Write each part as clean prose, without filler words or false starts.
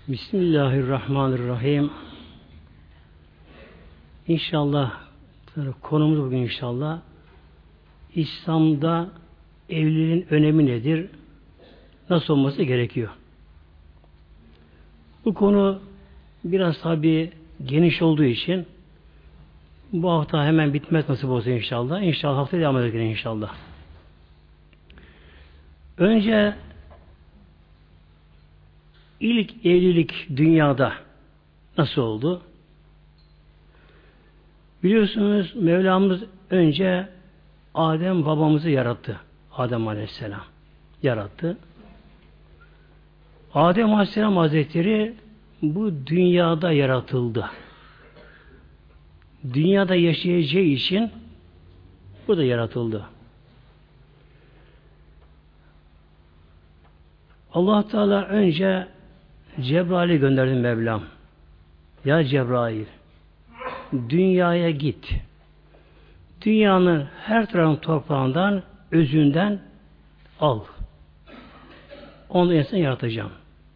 Bismillahirrahmanirrahim. İnşallah konumuz bugün inşallah İslam'da evliliğin önemi nedir? Nasıl olması gerekiyor? Bu konu biraz tabi geniş olduğu için bu hafta hemen bitmez nasip olsa inşallah. İnşallah haftaya devam ederiz inşallah. Önce İlk evlilik dünyada nasıl oldu? Biliyorsunuz Mevlamız önce Adem babamızı yarattı. Adem Aleyhisselam yarattı. Adem Aleyhisselam Hazretleri bu dünyada yaratıldı. Dünyada yaşayacağı için burada yaratıldı. Allah Teala önce Cebrail'i gönderdi Mevlam. Ya Cebrail, dünyaya git. Dünyanın her tarafın toprağından, özünden al. Onu insan yaratacağım.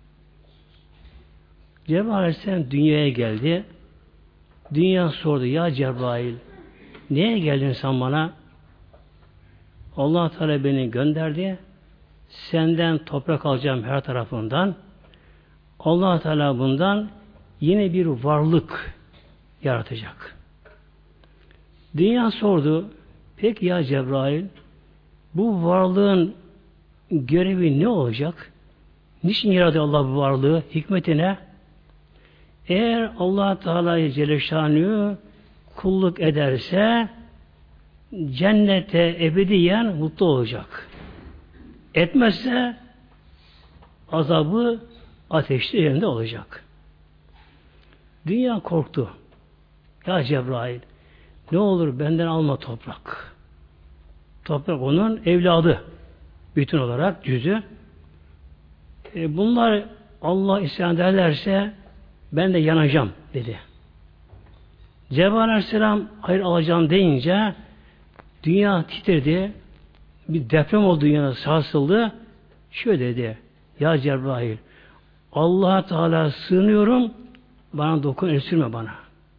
Cebrail Aleyhisselam dünyaya geldi. Dünya sordu, ya Cebrail, niye geldin sen bana? Allah Teala beni gönderdi. Senden toprak alacağım her tarafından. Allah Teala bundan yine bir varlık yaratacak. Dünya sordu. Peki ya Cebrail, bu varlığın görevi ne olacak? Niçin yarattı Allah bu varlığı? Hikmeti ne? Eğer Allah Teala'yı Celle Şanlı'yı kulluk ederse cennete ebediyen mutlu olacak. Etmezse azabı ateşli yerinde olacak. Dünya korktu. Ya Cebrail, ne olur benden alma toprak. Toprak onun evladı. Bütün olarak cüzü. Bunlar Allah isyan ederlerse ben de yanacağım dedi. Cebrail Aleyhisselam hayır alacağım deyince dünya titredi. Bir deprem oldu, dünyada sarsıldı. Şöyle dedi. Ya Cebrail, Allah Teala sığınıyorum, bana dokun, esirme bana.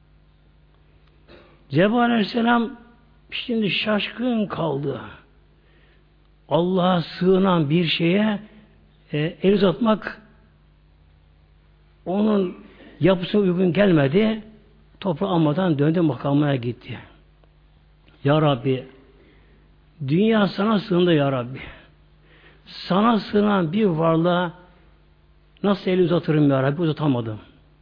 Cebrail Aleyhisselam şimdi şaşkın kaldı. Allah'a sığınan bir şeye el uzatmak onun yapısına uygun gelmedi. Toprağı almadan döndü, makamına gitti. Ya Rabbi, dünya sana sığındı ya Rabbi. Sana sığınan bir varlığa nasıl eli uzatırım ya Rabbi? Uzatamadım.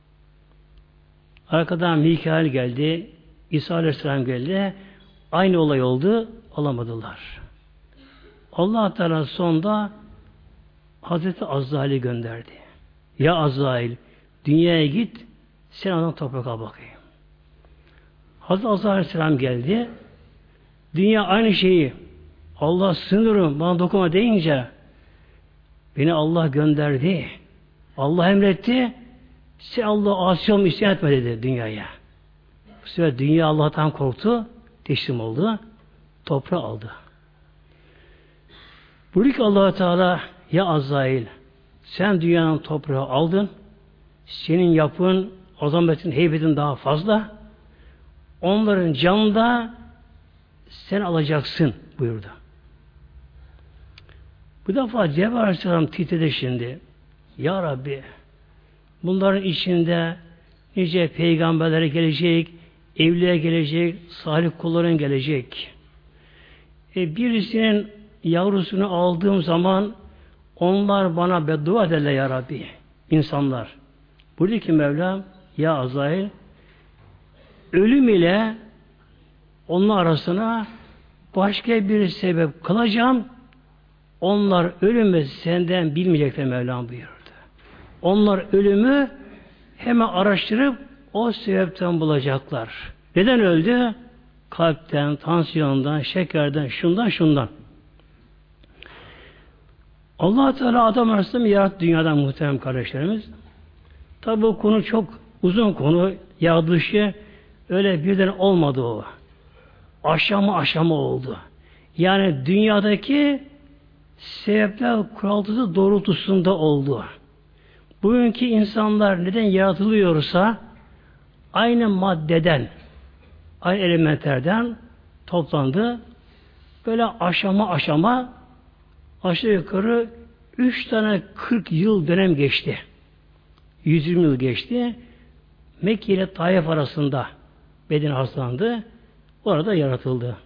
Arkadan Mikail geldi, İsa Aleyhisselam geldi. Aynı olay oldu, alamadılar. Allah Teala sonunda Hazreti Azrail'i gönderdi. Ya Azrail, dünyaya git, sen adam toprak al bakayım. Hazreti Azrail Aleyhisselam geldi. Dünya aynı şeyi Allah sınırım, bana dokunma deyince beni Allah gönderdi. Allah emretti. Sen Allah'a asi olma, isyan etme dedi dünyaya. Bu sefer dünya Allah'tan korktu. Teslim oldu. Toprağı aldı. Buyuruyor ki Allah-u Teala, ya Azrail, sen dünyanın toprağı aldın. Senin yapın, azametin, heybetin daha fazla. Onların canını da sen alacaksın buyurdu. Bu defa Cebrail Aleyhisselam titredi şimdi. Ya Rabbi, bunların içinde nice peygamberlere gelecek, evliye gelecek, salih kulların gelecek. Birisinin yavrusunu aldığım zaman onlar bana beddua ederler ya Rabbi. İnsanlar. Buradaki Mevlam, ya Azrail, ölüm ile onun arasına başka bir sebep kılacağım. Onlar ölümü senden bilmeyecekler Mevlam buyurdu. Onlar ölümü hemen araştırıp o sebepten bulacaklar. Neden öldü? Kalpten, tansiyondan, şekerden, şundan. Allah Teala adam arasında yarattı dünyadan muhterem kardeşlerimiz. Tabi bu konu çok uzun konu. Yaratılışı öyle birden olmadı o. Aşama oldu. Yani dünyadaki sebepler kuraltısı doğrultusunda oldu. bugünkü insanlar neden yaratılıyorsa aynı maddeden, aynı elementlerden toplandı. Böyle aşama aşama aşağı yukarı 3 tane 40 yıl dönem geçti. 120 yıl geçti. Mekke ile Taif arasında beden hastalandı. Orada yaratıldı.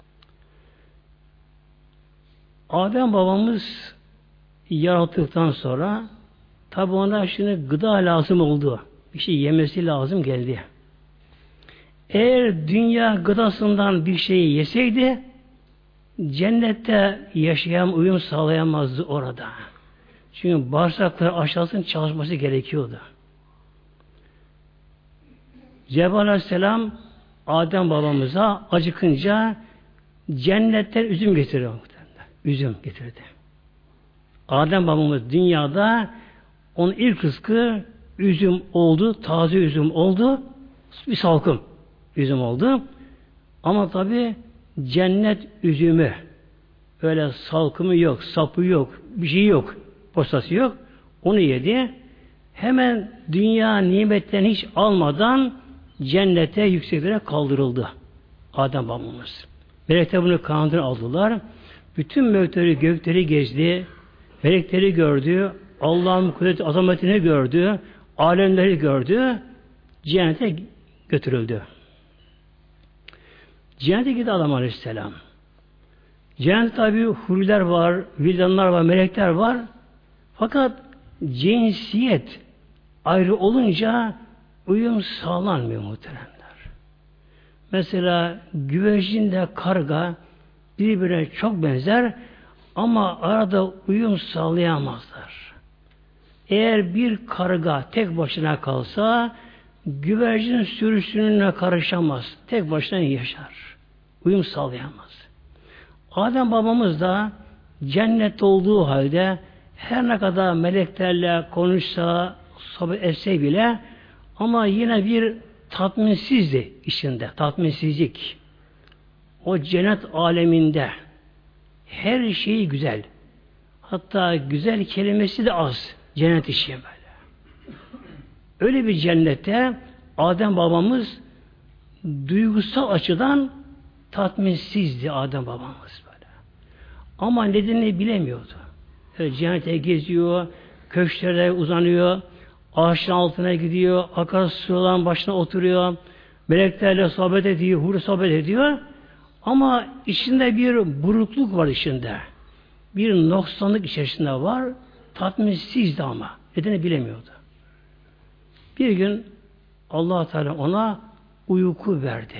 Adem babamız yarattıktan sonra tabi ona şimdi gıda lazım oldu. Bir şey yemesi lazım geldi. Eğer dünya gıdasından bir şey yeseydi cennette yaşayan uyum sağlayamazdı orada. Çünkü bağırsakları aşağısının çalışması gerekiyordu. Cebrail Aleyhisselam Adem babamıza acıkınca cennetten üzüm getiriyor. Üzüm getirdi. Adem babamız dünyada onun ilk rızkı üzüm oldu, taze üzüm oldu, bir salkım üzüm oldu. Ama tabi cennet üzümü öyle salkımı yok, sapı yok, bir şey yok, postası yok. Onu yedi. Hemen dünya nimetlerini hiç almadan cennete yükseklere kaldırıldı Adem babamız. Melekler bunu kanadına aldılar. Bütün mevkleri, gökleri gezdi. Melekleri gördü. Allah'ın kudret azametini gördü. Alemleri gördü. Cennete götürüldü. Cennete gitti Adam Aleyhisselam. Cennette tabi huriler var, vildanlar var, melekler var. Fakat cinsiyet ayrı olunca uyum sağlanmıyor muhteremler. Mesela güvercinle karga birbirine çok benzer ama arada uyum sağlayamazlar. Eğer bir karga tek başına kalsa güvercin sürüsününle karışamaz. Tek başına yaşar. Uyum sağlayamaz. Adem babamız da cennet olduğu halde her ne kadar meleklerle konuşsa, sohbet etse bile ama yine bir tatminsizdi içinde. Tatminsizlik. O cennet aleminde her şeyi güzel. Hatta güzel kelimesi de az. Cennet işi böyle. Öyle bir cennette Adem babamız duygusal açıdan tatminsizdi Adem babamız böyle. Ama nedenini bilemiyordu. Öyle cennete geziyor, köşklerde uzanıyor, ağaçın altına gidiyor, akarsuların başına oturuyor, meleklerle sohbet ediyor, huri sohbet ediyor. Ama içinde bir burukluk var içinde. Bir noksanlık içerisinde var. Tatminsizdi ama. Nedeni bilemiyordu. Bir gün Allah Teala ona uyku verdi.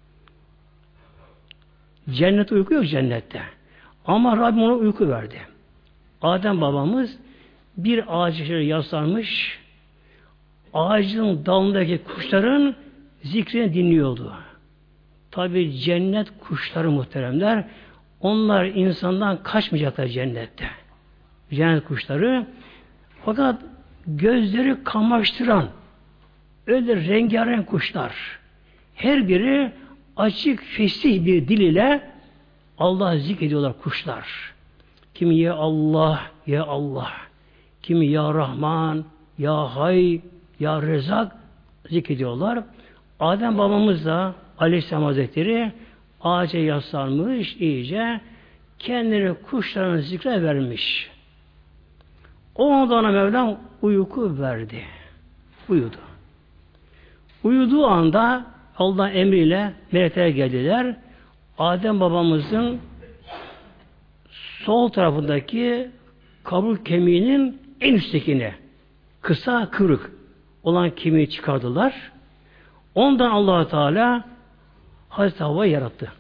Cennet uyku yok cennette. Ama Rabbim ona uyku verdi. Adem babamız bir ağaca yaslanmış, ağacın dalındaki kuşların zikrini dinliyordu. Tabi cennet kuşları muhteremler, onlar insandan kaçmayacaklar cennette. Cennet kuşları. Fakat gözleri kamaştıran öyle rengarenk kuşlar. Her biri açık, fesih bir dil ile Allah'ı zikrediyorlar kuşlar. Kimi ya Allah, ya Allah. Kimi ya Rahman, ya Hay, ya Rezak zikrediyorlar. Adem babamız da Aleyhisselam Hazretleri ağaca yaslanmış iyice kendini kuşların zikre vermiş. O anda ona Mevlam uyku verdi. Uyudu. Uyuduğu anda Allah'ın emriyle melekler geldiler. Adem babamızın sol tarafındaki kaburga kemiğinin en üsttekini kısa kıvrık olan kemiği çıkardılar. Ondan Allah Teala Hazreti Havva'yı yarattı.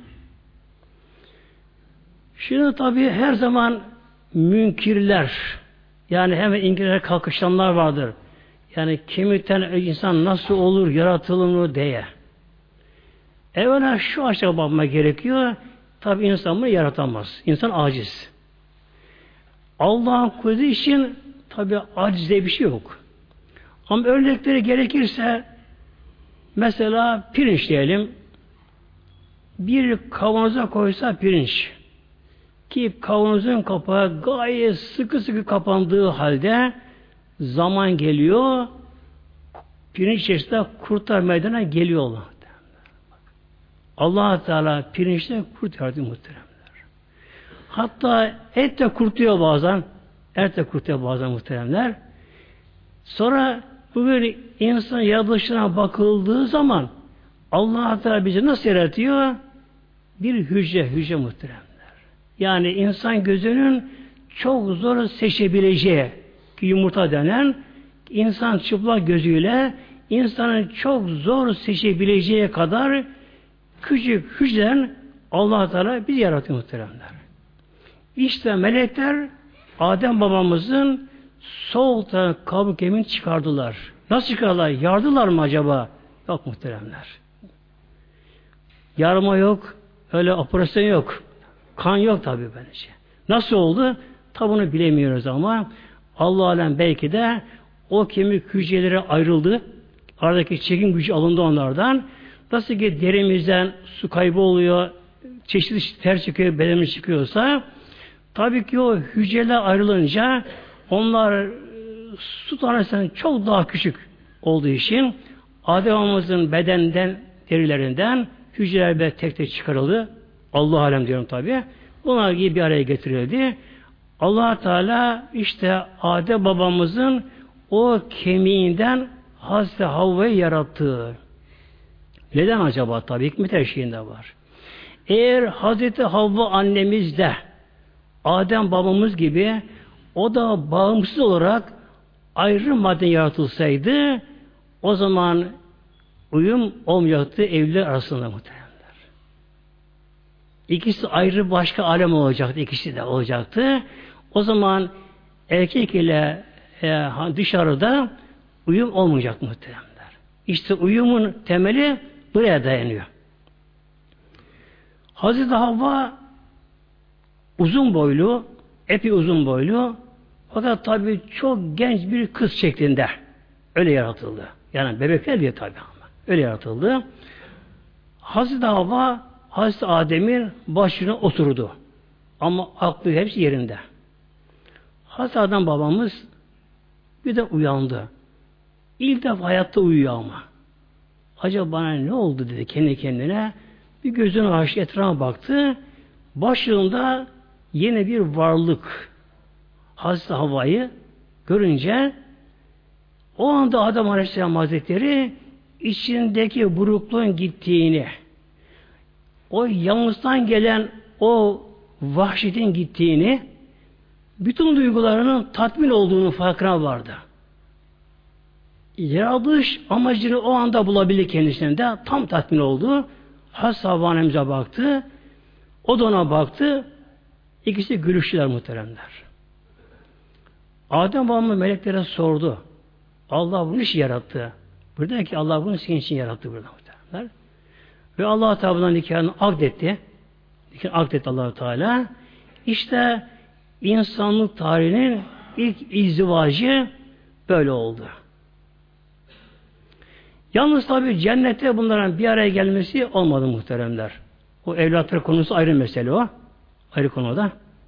Şimdi tabii her zaman münkirler yani hemen inkirlere kalkışanlar vardır. Yani kemikten insan nasıl olur, yaratılır mı diye. Evvela şu açığa bakmak gerekiyor. Tabii insan bunu yaratamaz. İnsan aciz. Allah'ın kudreti için tabii acizde bir şey yok. Ama örnekleri gerekirse mesela pirinç diyelim. Bir kavanoza koysa pirinç ki kavanozun kapağı gayet sıkı sıkı kapandığı halde zaman geliyor, pirinç içerisinde kurtlar meydana geliyorlar. Allah Teala pirinçte kurt yaratıyor muhteremler. Hatta et de kurtuyor bazen. Et de kurtuyor bazen muhteremler. Sonra bu böyle insan yaratılışına bakıldığı zaman Allah Teala bizi nasıl yaratıyor? Bir hücre muhteremler. Yani insan gözünün çok zor seçebileceği ki yumurta denen insan çıplak gözüyle insanın çok zor seçebileceği kadar küçük hücreden Allah Teala bizi yaratıyor muhteremler. İşte melekler Adem babamızın sol tarafı kabuk kemiğini çıkardılar. Nasıl çıkardılar? Yardılar mı acaba? Yok muhteremler. Yarma yok, öyle operasyon yok. Kan yok tabii böylece. Nasıl oldu? Tabi bunu bilemiyoruz ama Allah alem belki de o kemik hücreleri ayrıldı. Aradaki çekim gücü alındı onlardan. Nasıl ki derimizden su kaybı oluyor, çeşitli ter çıkıyor, bedenimiz çıkıyorsa tabii ki o hücreler ayrılınca onlar su tanesinden çok daha küçük olduğu için Adem'imizin bedeninden, derilerinden hücreler tek tek çıkarıldı. Allah alem diyorum tabii. Bunlar gibi bir araya getirildi. Allah Teala işte Adem babamızın o kemiğinden Hazreti Havva'yı yarattı. Neden acaba? Tabii hikmet her şeyinde var. Eğer Hazreti Havva annemiz de Adem babamız gibi o da bağımsız olarak ayrı madde yaratılsaydı o zaman uyum olmayacaktı evliler arasında muhtemelen. İkisi ayrı başka alem olacaktı. İkisi de olacaktı. O zaman erkek ile dışarıda uyum olmayacak muhteremler. İşte uyumun temeli buraya dayanıyor. Hazreti Havva uzun boylu, epey uzun boylu, fakat tabii çok genç bir kız şeklinde öyle yaratıldı. Yani bebekler diye tabii ama öyle yaratıldı. Hazreti Havva Hazreti Adem'in başına oturdu. Ama aklı hepsi yerinde. Hazreti Adem babamız bir de uyandı. İlk defa hayatta uyuyor ama. Acaba bana ne oldu dedi kendi kendine. Bir gözünü açtı, etrafa baktı. Başında yeni bir varlık Hazreti Havva'yı görünce o anda Adem Aleyhisselam Hazretleri içindeki burukluğun gittiğini, o yalnızdan gelen o vahşetin gittiğini, bütün duygularının tatmin olduğunu farkına vardı. Yaratılış amacını o anda bulabildi kendisinde. Tam tatmin oldu. Hazreti Havva annemize baktı. O da ona baktı. İkisi gülüştüler muhteremler. Adem babamı meleklere sordu. Allah bunu için yarattı. Burada ki Allah bunu senin için yarattı burada muhteremler. Ve Allah Teala nikahını akdetti. Nikahını akdetti Allah Teala. İşte insanlık tarihinin ilk izdivacı böyle oldu. Yalnız tabi cennette bunların bir araya gelmesi olmadı muhteremler. O evlatlar konusu ayrı mesele o. Ayrı konuda.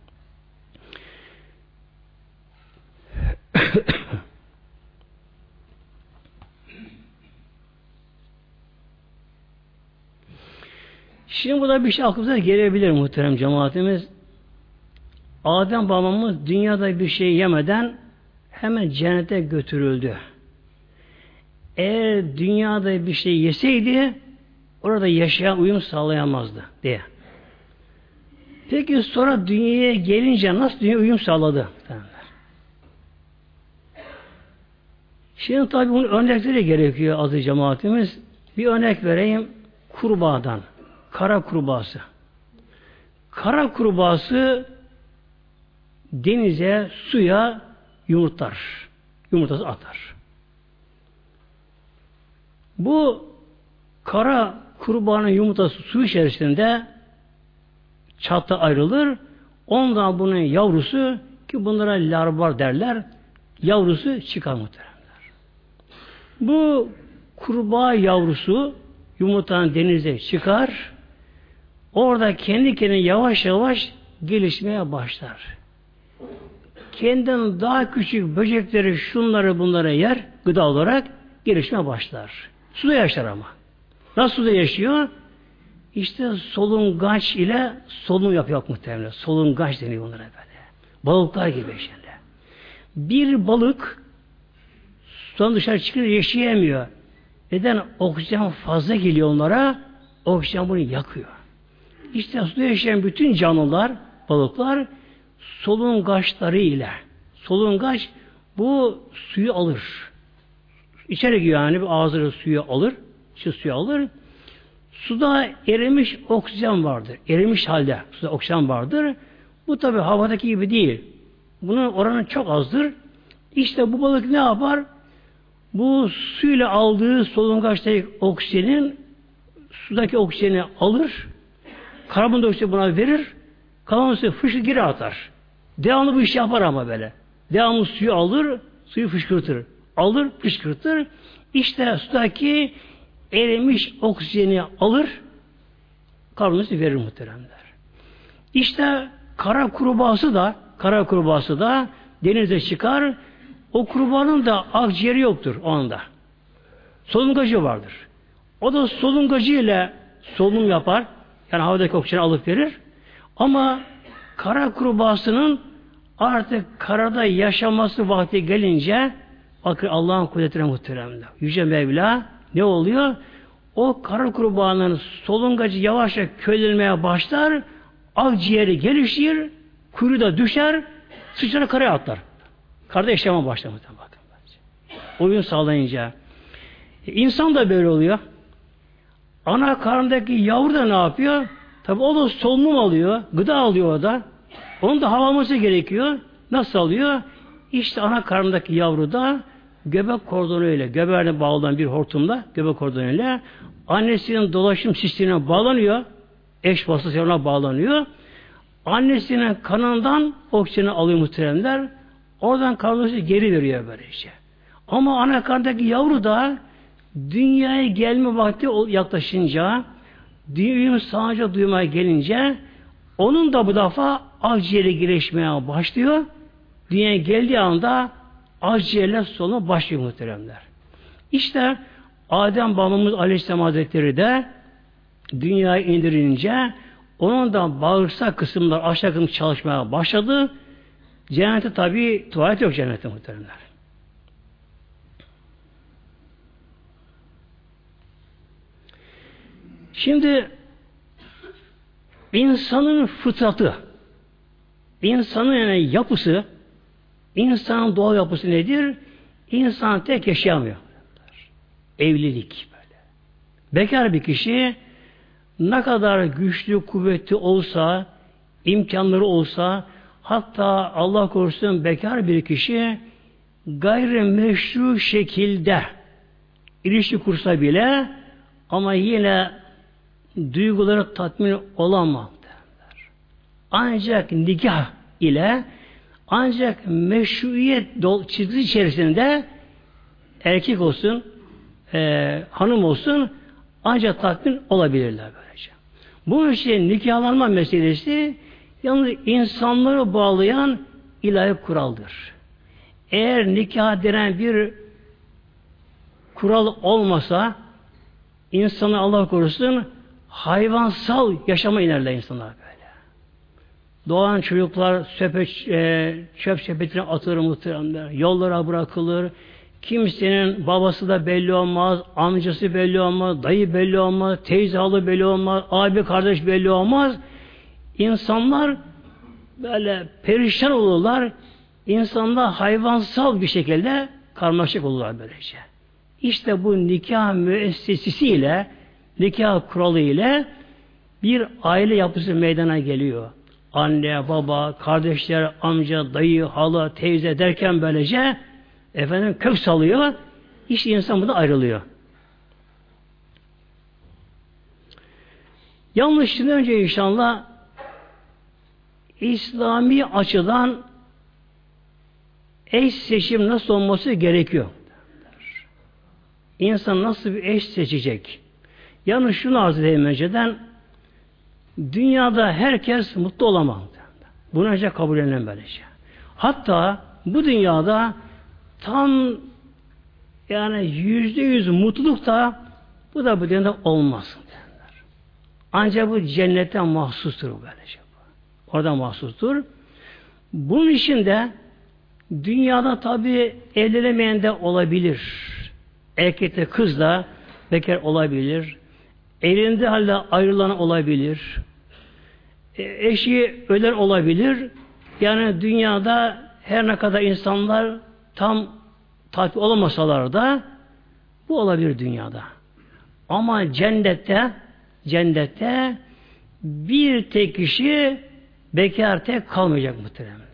Şimdi burada bir şey aklımıza gelebilir muhterem cemaatimiz. Adem babamız dünyada bir şey yemeden hemen cennete götürüldü. Eğer dünyada bir şey yeseydi orada yaşayan uyum sağlayamazdı diye. Peki sonra dünyaya gelince nasıl dünya uyum sağladı? Şimdi tabi bunun örnekleri gerekiyor aziz cemaatimiz. Bir örnek vereyim kurbağadan. Kara kurbağası. Kara kurbağası denize, suya yumurtlar. Yumurtası atar. Bu kara kurbağanın yumurtası su içerisinde çatı ayrılır. Ondan bunun yavrusu ki bunlara larvar derler. Yavrusu çıkar muhteremler. Bu kurbağa yavrusu yumurtanın denize çıkar. Orada kendi kendine yavaş yavaş gelişmeye başlar. kendinden daha küçük böcekleri şunları bunlara yer, gıda olarak gelişmeye başlar. Suda yaşar ama. Nasıl suda yaşıyor? İşte solungaç ile solunum yapıyor muhtemelen. Solungaç deniyor onlara böyle. Balıklar gibi şimdi. Bir balık sudan dışarı çıkınca yaşayamıyor. Neden? Oksijen fazla geliyor onlara. Oksijen bunu yakıyor. İşte suda yaşayan bütün canlılar, balıklar solungaçları ile. Solungaç bu suyu alır. İçeri giriyor yani bir ağzıyla suyu alır. Şu suyu alır. Suda erimiş oksijen vardır. Erimiş halde suda oksijen vardır. Bu tabi havadaki gibi değil. Bunun oranı çok azdır. İşte bu balık ne yapar? Bu suyla aldığı solungaçtaki oksijenin sudaki oksijeni alır. Karbondioksit buna verir. Kalan suyu fışkı geri atar. Devamlı bu işi yapar ama böyle. Devamlı suyu alır, suyu fışkırtır. Alır, fışkırtır. İşte sudaki erimiş oksijeni alır, karbondioksit verir muhteremler. İşte kara kurbağası da denize çıkar. O kurbağanın da akciğeri yoktur o anda. Solungacı vardır. O da solungacı ile solunum yapar. Yani havadaki oksijeni alıp verir. Ama kara kurbağasının artık karada yaşaması vakti gelince bakın Allah'ın kudretine muhteremler. Yüce Mevla ne oluyor? O kara kurbağanın solungacı yavaşça kölelenmeye başlar. Akciğeri gelişir. Kuyruğu da düşer. Sıçrar karaya atlar. Karada yaşamaya başlar. Bakın. Oyun sağlayınca. İnsan da böyle oluyor. Ana karnındaki yavru da ne yapıyor? Tabi o da solunum alıyor. Gıda alıyor o da. Onun da havaması gerekiyor. Nasıl alıyor? İşte ana karnındaki yavru da göbek kordonuyla, göbeğine bağlanan bir hortumla, göbek kordonuyla annesinin dolaşım sistemine bağlanıyor. Eş vasıtasına bağlanıyor. Annesinin kanından oksijeni alıyor muhteremler. Oradan karbondioksit geri veriyor böylece. Ama ana karnındaki yavru da dünyaya gelme vakti yaklaşınca, düğüm sağınca duymaya gelince onun da bu defa akciğeri gelişmeye başlıyor. Dünyaya geldiği anda akciğerler soluna başlıyor muhteremler. İşte Adem babamız Aleyhisselam Hazretleri de dünyaya indirilince onun da bağırsak kısımlar aşağı kısım çalışmaya başladı. Cennette tabi tuvalet yok cennette muhteremler. Şimdi insanın fıtratı, insanın yani yapısı, insanın doğal yapısı nedir? İnsan tek yaşayamıyor. Evlilik böyle. Bekar bir kişi ne kadar güçlü, kuvvetli olsa, imkanları olsa, hatta Allah korusun bekar bir kişi gayrimeşru şekilde ilişki kursa bile ama yine duyguları tatmin olamaz. Ancak nikah ile ancak meşruiyet çizgisi içerisinde erkek olsun, hanım olsun ancak tatmin olabilirler böylece. Bu için nikahlanma meselesi yalnız insanları bağlayan ilahi kuraldır. Eğer nikah denen bir kural olmasa insanı Allah korusun hayvansal yaşama inerler insanlar böyle. Doğan çocuklar çöp sepetine atılır muhtemelen. Yollara bırakılır. Kimsenin babası da belli olmaz, amcası belli olmaz, dayı belli olmaz, teyze halı belli olmaz, abi kardeş belli olmaz. İnsanlar böyle perişan olurlar. İnsanlar hayvansal bir şekilde karmaşık olurlar böylece. İşte bu nikah müessesesiyle, nikah kuralı ile bir aile yapısı meydana geliyor. Anne, baba, kardeşler, amca, dayı, hala, teyze derken böylece kök salıyor. İşte insan burada ayrılıyor. Yalnız şimdi önce inşallah İslami açıdan eş seçim nasıl olması gerekiyor? İnsan nasıl bir eş seçecek? Yalnız şunu arz edeyim önceden, dünyada herkes mutlu olamaz. Bunu önce kabul edilen böylece. Hatta bu dünyada tam yani %100 mutluluk da bu da bu dünyada olmaz. Ancak bu cennetten mahsustur böylece. Orada mahsustur. Bunun için de dünyada tabi evlenemeyen de olabilir. Erkekte kız da bekar olabilir. Elinde halde ayrılan olabilir. Eşi ölen olabilir. Yani dünyada her ne kadar insanlar tam tatmin olamasalar da bu olabilir dünyada. Ama cennette bir tek kişi bekar tek kalmayacak muhteremler.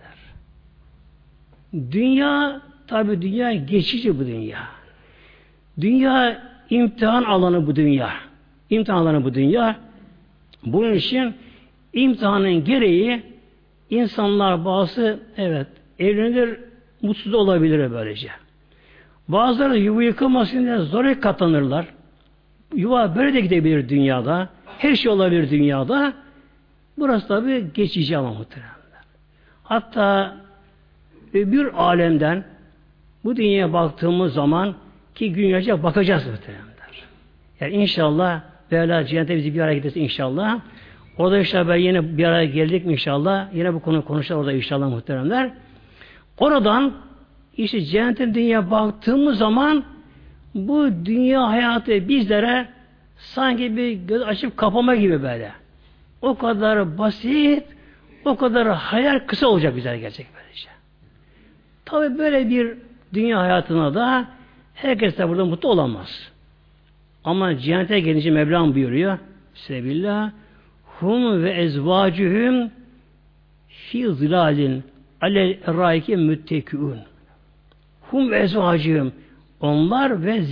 Dünya tabi dünya geçici bu dünya. Dünya imtihan alanı bu dünya. İmtihan alanı bu dünya. Bunun için imtihanın gereği insanlar bazı evet evlenir mutsuz olabilir böylece. Bazıları yuva yıkılmasın diye zor katlanırlar. Yuva böyle de gidebilir dünyada. Her şey olabilir dünyada. Burası tabi geçici ama muhtemelen. Hatta öbür alemden bu dünyaya baktığımız zaman ki gün gelecek bakacağız muhtemelen. Yani inşallah Mevla cennete bizi bir araya giderse inşallah. Orada inşallah yine bir araya geldik mi inşallah. Yine bu konu konuşacağız orada inşallah muhteremler. Oradan işte cennetin dünyaya baktığımız zaman bu dünya hayatı bizlere sanki bir göz açıp kapama gibi böyle. O kadar basit, o kadar hayal kısa olacak güzel gerçek böylece. Tabi böyle bir dünya hayatına da herkes de burada mutlu olamaz. Ama cennete gelince Mevlam buyuruyor. Sebillah hum ve ezvacühüm fi zilalin alel eraiki müttekûn. Hum ve ezvacühüm onlar ve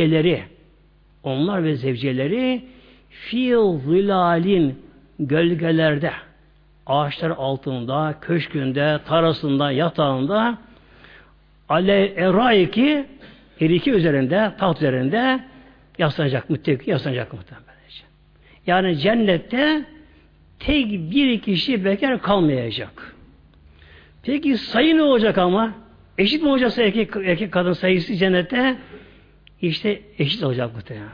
zevceleri fi zilalin gölgelerde ağaçlar altında, köşkünde, tarasında, yatağında alel eraiki eriki üzerinde, taht üzerinde yaslanacak müttaki, yaslanacak muhtemelen. Yani cennette tek bir kişi bekar kalmayacak. Peki sayı ne olacak ama? Eşit mi olacaksa erkek kadın sayısı cennette? İşte eşit olacak muhtemelen.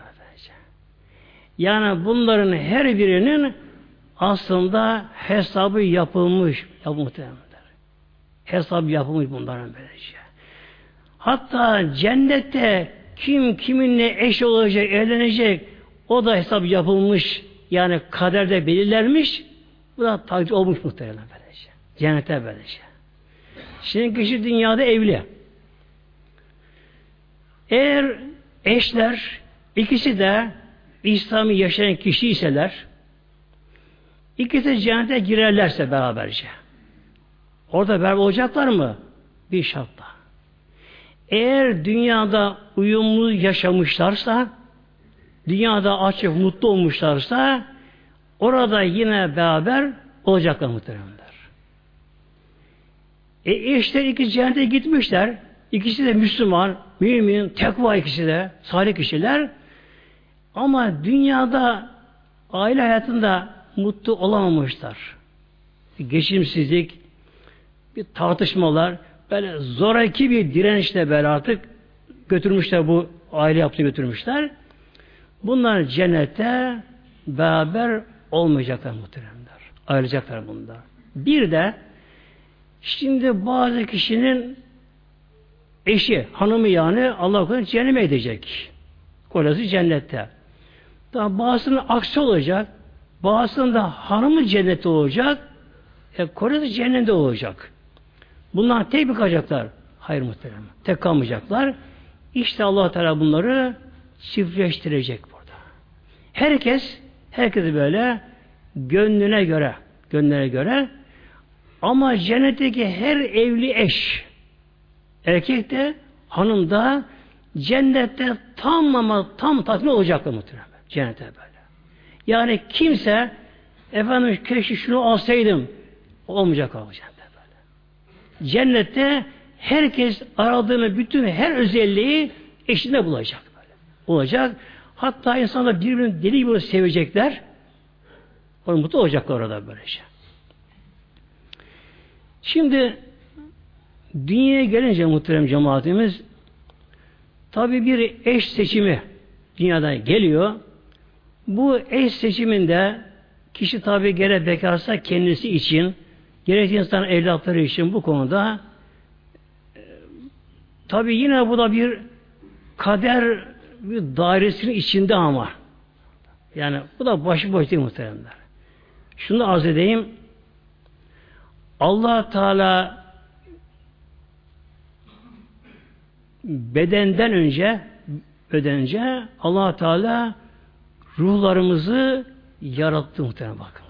Yani bunların her birinin aslında hesabı yapılmış. Muhtemelen. Hesap yapılmış bunların böylece. Hatta cennette kim kiminle eş olacak, evlenecek o da hesap yapılmış. Yani kaderde belirlenmiş. Bu da takdir olmuş muhtemelen böylece. Cennete böylece. Şimdi kişi dünyada evli. Eğer eşler ikisi de İslam'ı yaşayan kişi iseler ikisi de cennete girerlerse beraberce. Orada beraber olacaklar mı? Bir şartla. Eğer dünyada uyumlu yaşamışlarsa dünyada açık, mutlu olmuşlarsa orada yine beraber olacaklar muhtemelenler. Eşler iki cennete gitmişler. İkisi de Müslüman, mümin, tekva ikisi de, salih kişiler. Ama dünyada aile hayatında mutlu olamamışlar. Geçimsizlik, bir tartışmalar, böyle zoraki bir dirençle böyle artık götürmüşler bu aile yaptığını götürmüşler. Bunlar cennette beraber olmayacaklar muhteremler. Ayrılacaklar bunlar. Bir de şimdi bazı kişinin eşi, hanımı yani Allah korusun cehenneme edecek. Kocası cennette. Daha bazısının aksi olacak. Bazısının da hanımı cennette olacak. Kocası cehennemde olacak. Bunlar tek mi kalacaklar? Hayır muhterem. Tek kalmayacaklar. İşte Allah Teala bunları çiftleştirecek burada. Herkes böyle gönlüne göre ama cennetteki her evli eş erkek de hanım da cennette tam tatmin olacaklar muhtemelen. Cennette böyle. Yani kimse efendim keşke şunu alsaydım olmayacak abi cennette böyle. Cennette herkes aradığını bütün her özelliği eşinde bulacak böyle. Olacak. Hatta insanlar birbirini deli gibi sevecekler. Onu mutlu olacaklar orada böylece. Şimdi Dünyaya gelince muhterem cemaatimiz tabi bir eş seçimi dünyada geliyor. Bu eş seçiminde kişi tabi gerek bekarsa kendisi için, gerek insan evlatları için bu konuda tabi yine bu da bir kader bir dairesinin içinde ama. Yani bu da başıboş değil muhteremler. Şunu arz edeyim. Allah Teala bedenden önce Allah Teala ruhlarımızı yarattı muhtemelen bakın.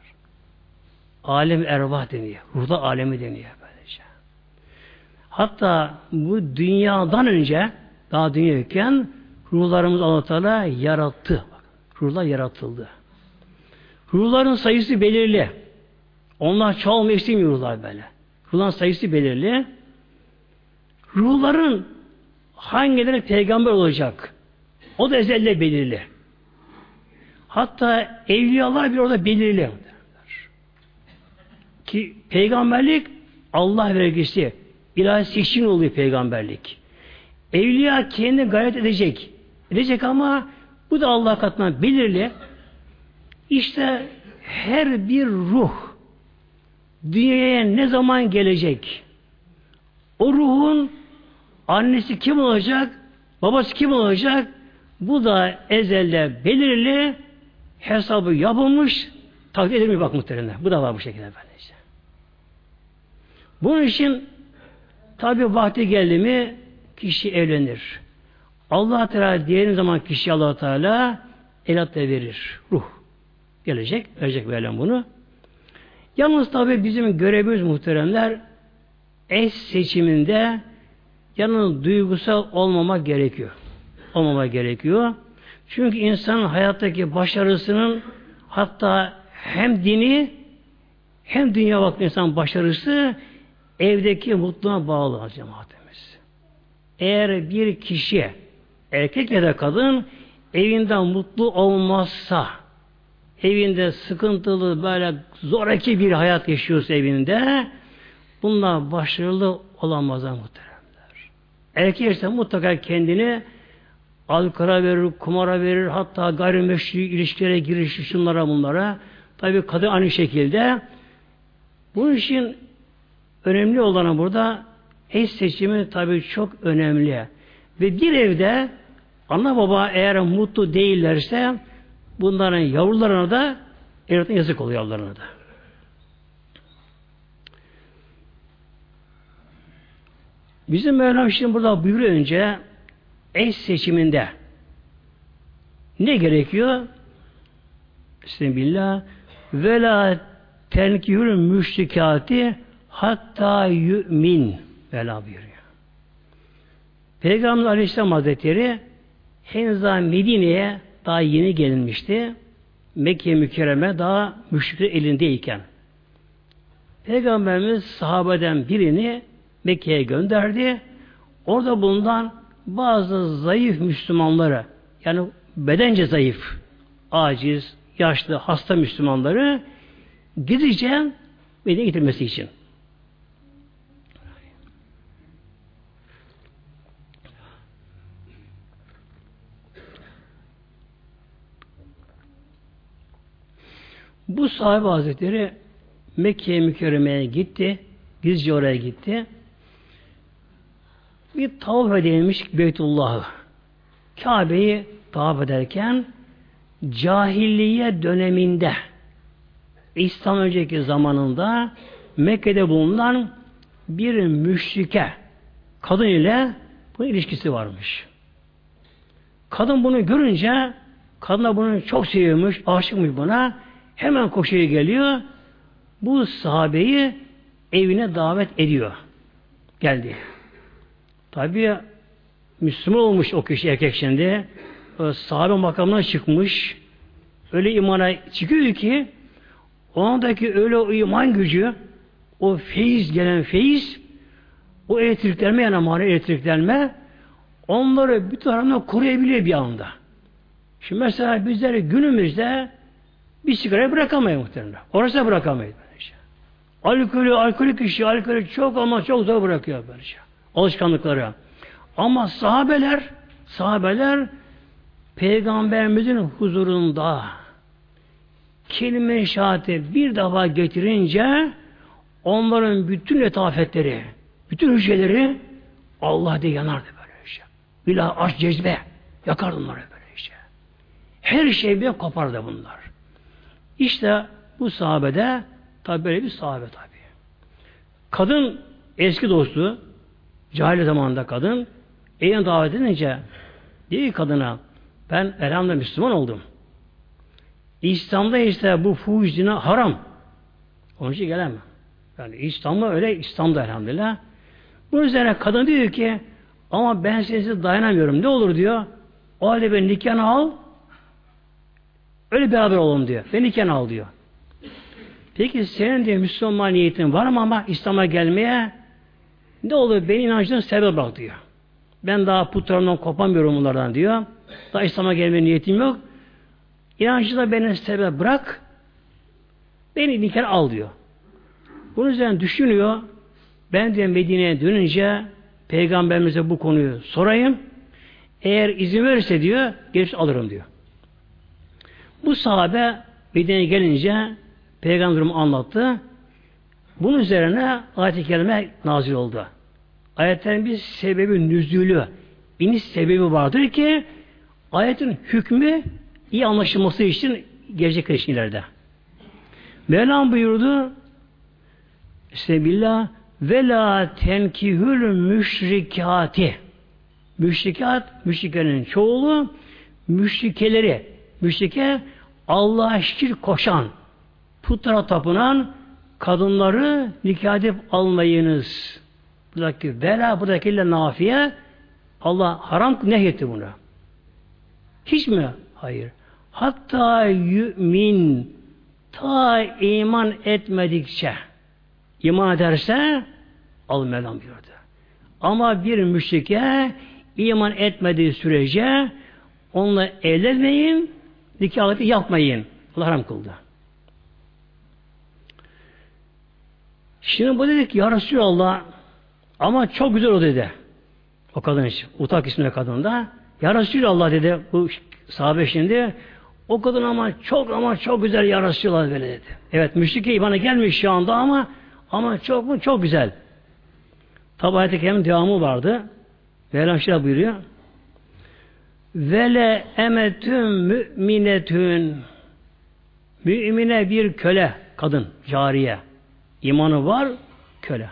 Alem ervah deniyor. Ruhlar alemi deniyor böylece. Hatta bu dünyadan önce daha dünyayken ruhlarımızı Allah Teala yarattı. Ruhlar yaratıldı. Ruhların sayısı belirli. Onlar çoğalma istemiyor ruhlar böyle. Ruhların sayısı belirli. Ruhların hangileri peygamber olacak? O da ezelde belirli. Hatta evliyalar bir orada belirli. Ki peygamberlik Allah vergisi. İlahi seçkin oluyor peygamberlik. Evliya kendini gayret edecek. Edecek ama bu da Allah katından belirli. İşte her bir ruh dünyaya ne zaman gelecek? O ruhun annesi kim olacak? Babası kim olacak? Bu da ezelde belirli, hesabı yapılmış, takdir edilmiş bak muhtemelen. Bu da var bu şekilde böylece. Bunun için tabi vakti geldi mi kişi evlenir. Allah Teala diğer zaman kişi Allah Teala evlat da verir. Ruh gelecek, verecek verilen bunu. Yalnız tabi bizim görevimiz muhteremler eş seçiminde yalnız duygusal olmamak gerekiyor. Olmamak gerekiyor. Çünkü insanın hayattaki başarısının hatta hem dini hem dünya bakımından insan başarısı evdeki mutluluğa bağlı cemaatimiz. Eğer bir kişi erkek ya da kadın evinden mutlu olmazsa evinde sıkıntılı böyle zoraki bir hayat yaşıyorsa evinde bunlar başarılı olamazlar muhteremler. Erkek ise mutlaka kendini alkola verir, kumara verir, hatta gayrimeşru ilişkilere girişir şunlara bunlara. Tabii kadın aynı şekilde. Bunun için önemli olan burada eş seçimi tabii çok önemli. Ve bir evde ana baba eğer mutlu değillerse bunların yavrularına da evlatına yazık oluyor yavrularına da. Bizim Mevlam şimdi burada buyuruyor önce eş seçiminde ne gerekiyor? Bismillah ve la tenkihül müşrikati hatta yu'min vela buyuruyor. Peygamber Aleyhisselam Hazretleri henüz daha Medine'ye daha yeni gelinmişti. Mekke mükerreme daha müşrikler elindeyken. Peygamberimiz sahabeden birini Mekke'ye gönderdi. Orada bulunan bazı zayıf Müslümanları, yani bedence zayıf, aciz, yaşlı, hasta Müslümanları gideceğim Medine'ye getirmesi için. Bu sahabe hazretleri Mekke'ye mükerremeye gitti. Gizlice oraya gitti. Bir tavaf edilmiş Beytullah'ı. Kabe'yi tavaf ederken cahiliye döneminde İslam önceki zamanında Mekke'de bulunan bir müşrike kadın ile bunun ilişkisi varmış. Kadın bunu görünce kadın da bunu çok seviyormuş, aşıkmış buna. Hemen koşuya geliyor. Bu sahabeyi evine davet ediyor. Geldi. Tabii Müslüman olmuş o kişi erkek şimdi. Sahabe makamına çıkmış. Öyle imana çıkıyor ki ondaki öyle o iman gücü, o feyiz gelen feyiz, o elektriklenme yani manevi elektriklenme onları bir tarafından koruyabiliyor bir anda. Şimdi mesela bizler günümüzde bir sigara bırakamayız muhtemelen. Orası bırakamayız. Alkolik kişi, alkolü çok ama çok zor bırakıyor böylece. Alışkanlıkları. Ama sahabeler Peygamberimizin huzurunda kelime-i şehadeti bir defa getirince onların bütün letafetleri, bütün hücreleri Allah diye yanardı böyle işte. Billah aşk cezbe yakardı onları böyle işte. Her şey bir kopardı bunlar. İşte bu sahabede tabi böyle bir sahabe tabi. Kadın eski dostu cahiliye zamanında kadın evine davet edince diyor kadına ben elhamdülillah Müslüman oldum. İslam'da işte bu fuhuş zina haram. Onun için gelemem. Yani İslam'da öyle, İslam'da elhamdülillah. Bunun üzerine kadın diyor ki ama ben size dayanamıyorum. Ne olur diyor. O halde ben nikahını al. Öyle beraber olalım diyor. Ben nikahını al diyor. Peki senin diyor Müslüman niyetin var mı ama İslam'a gelmeye ne olur beni inancını sebep bırak diyor. Ben daha putlarımdan kopamıyorum bunlardan diyor. Daha İslam'a gelmeye niyetim yok. İnancı da beni sebep bırak. Beni nikah al diyor. Bunun üzerine düşünüyor. Ben diyor Medine'ye dönünce Peygamberimize bu konuyu sorayım. Eğer izin verirse diyor gelip alırım diyor. Bu sahabe Medine'ye gelince Peygamberimiz anlattı. Bunun üzerine ayet-i kerime nazil oldu. Ayetlerin bir sebebi nüzulü, iniş sebebi vardır ki ayetin hükmü iyi anlaşılması için gelecek ilişkilerde. Mevlam buyurdu Estağfirullah ve la tenkihül müşrikati. Müşrikat, müşrikenin çoğulu müşrikeleri. Müşrike Allah'a şirk koşan, putlara tapınan kadınları nikah edip almayınız. Buradaki vela, buradakiyle nafiye Allah haram nehyetti bunu. Hiç mi? Hayır. Hatta yümin ta iman etmedikçe iman ederse al Mevlam buyurdu. Ama bir müşrike iman etmediği sürece onunla evlenmeyin, nikahı yapmayın. Allah haram kıldı. Şimdi bu dedik ya Resulallah ama çok güzel o dedi. O kadın için. Utak isminde kadın da. Ya Resulallah dedi bu sahabe şimdi. O kadın ama çok güzel ya Resulallah böyle dedi. Evet müşrike imana gelmiş şu anda ama çok güzel. Tabi ayet-i kerimenin devamı vardı. Mevlam şöyle buyuruyor. Vele emetün müminetün. Mümine bir köle, kadın, cariye. İmanı var, köle.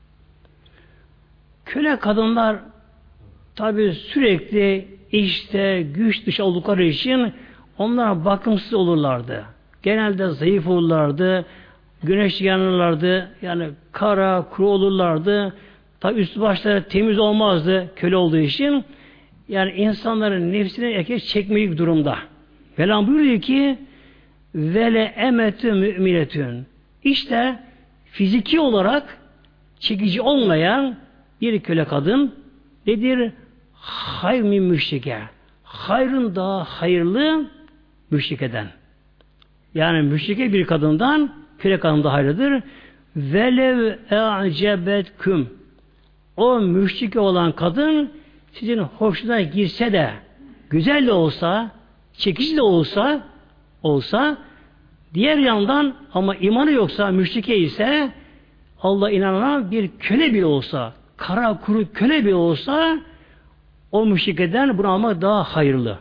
Köle kadınlar tabi sürekli işte güç dışı oldukları için onlar bakımsız olurlardı. Genelde zayıf olurlardı. Güneş yanırlardı. Yani kara, kuru olurlardı. Tabi üstü başları temiz olmazdı köle olduğu için. Yani insanların nefsine erkek çekmeyi durumda. Velam buyuruyor ki vele emetü müminetün. İşte fiziki olarak çekici olmayan bir köle kadın nedir? Hayr min müşrike. Hayrın daha hayırlı müşrikeden. Yani müşrike bir kadından köle kadın daha hayırlıdır. Velev e'cebetküm. O müşrike olan kadın sizin hoşuna girse de güzel de olsa, çekici de olsa diğer yandan ama imanı yoksa, müşrike ise Allah inanan bir köle bile olsa, kara kuru köle bile olsa o müşrikeden bunu almak daha hayırlı.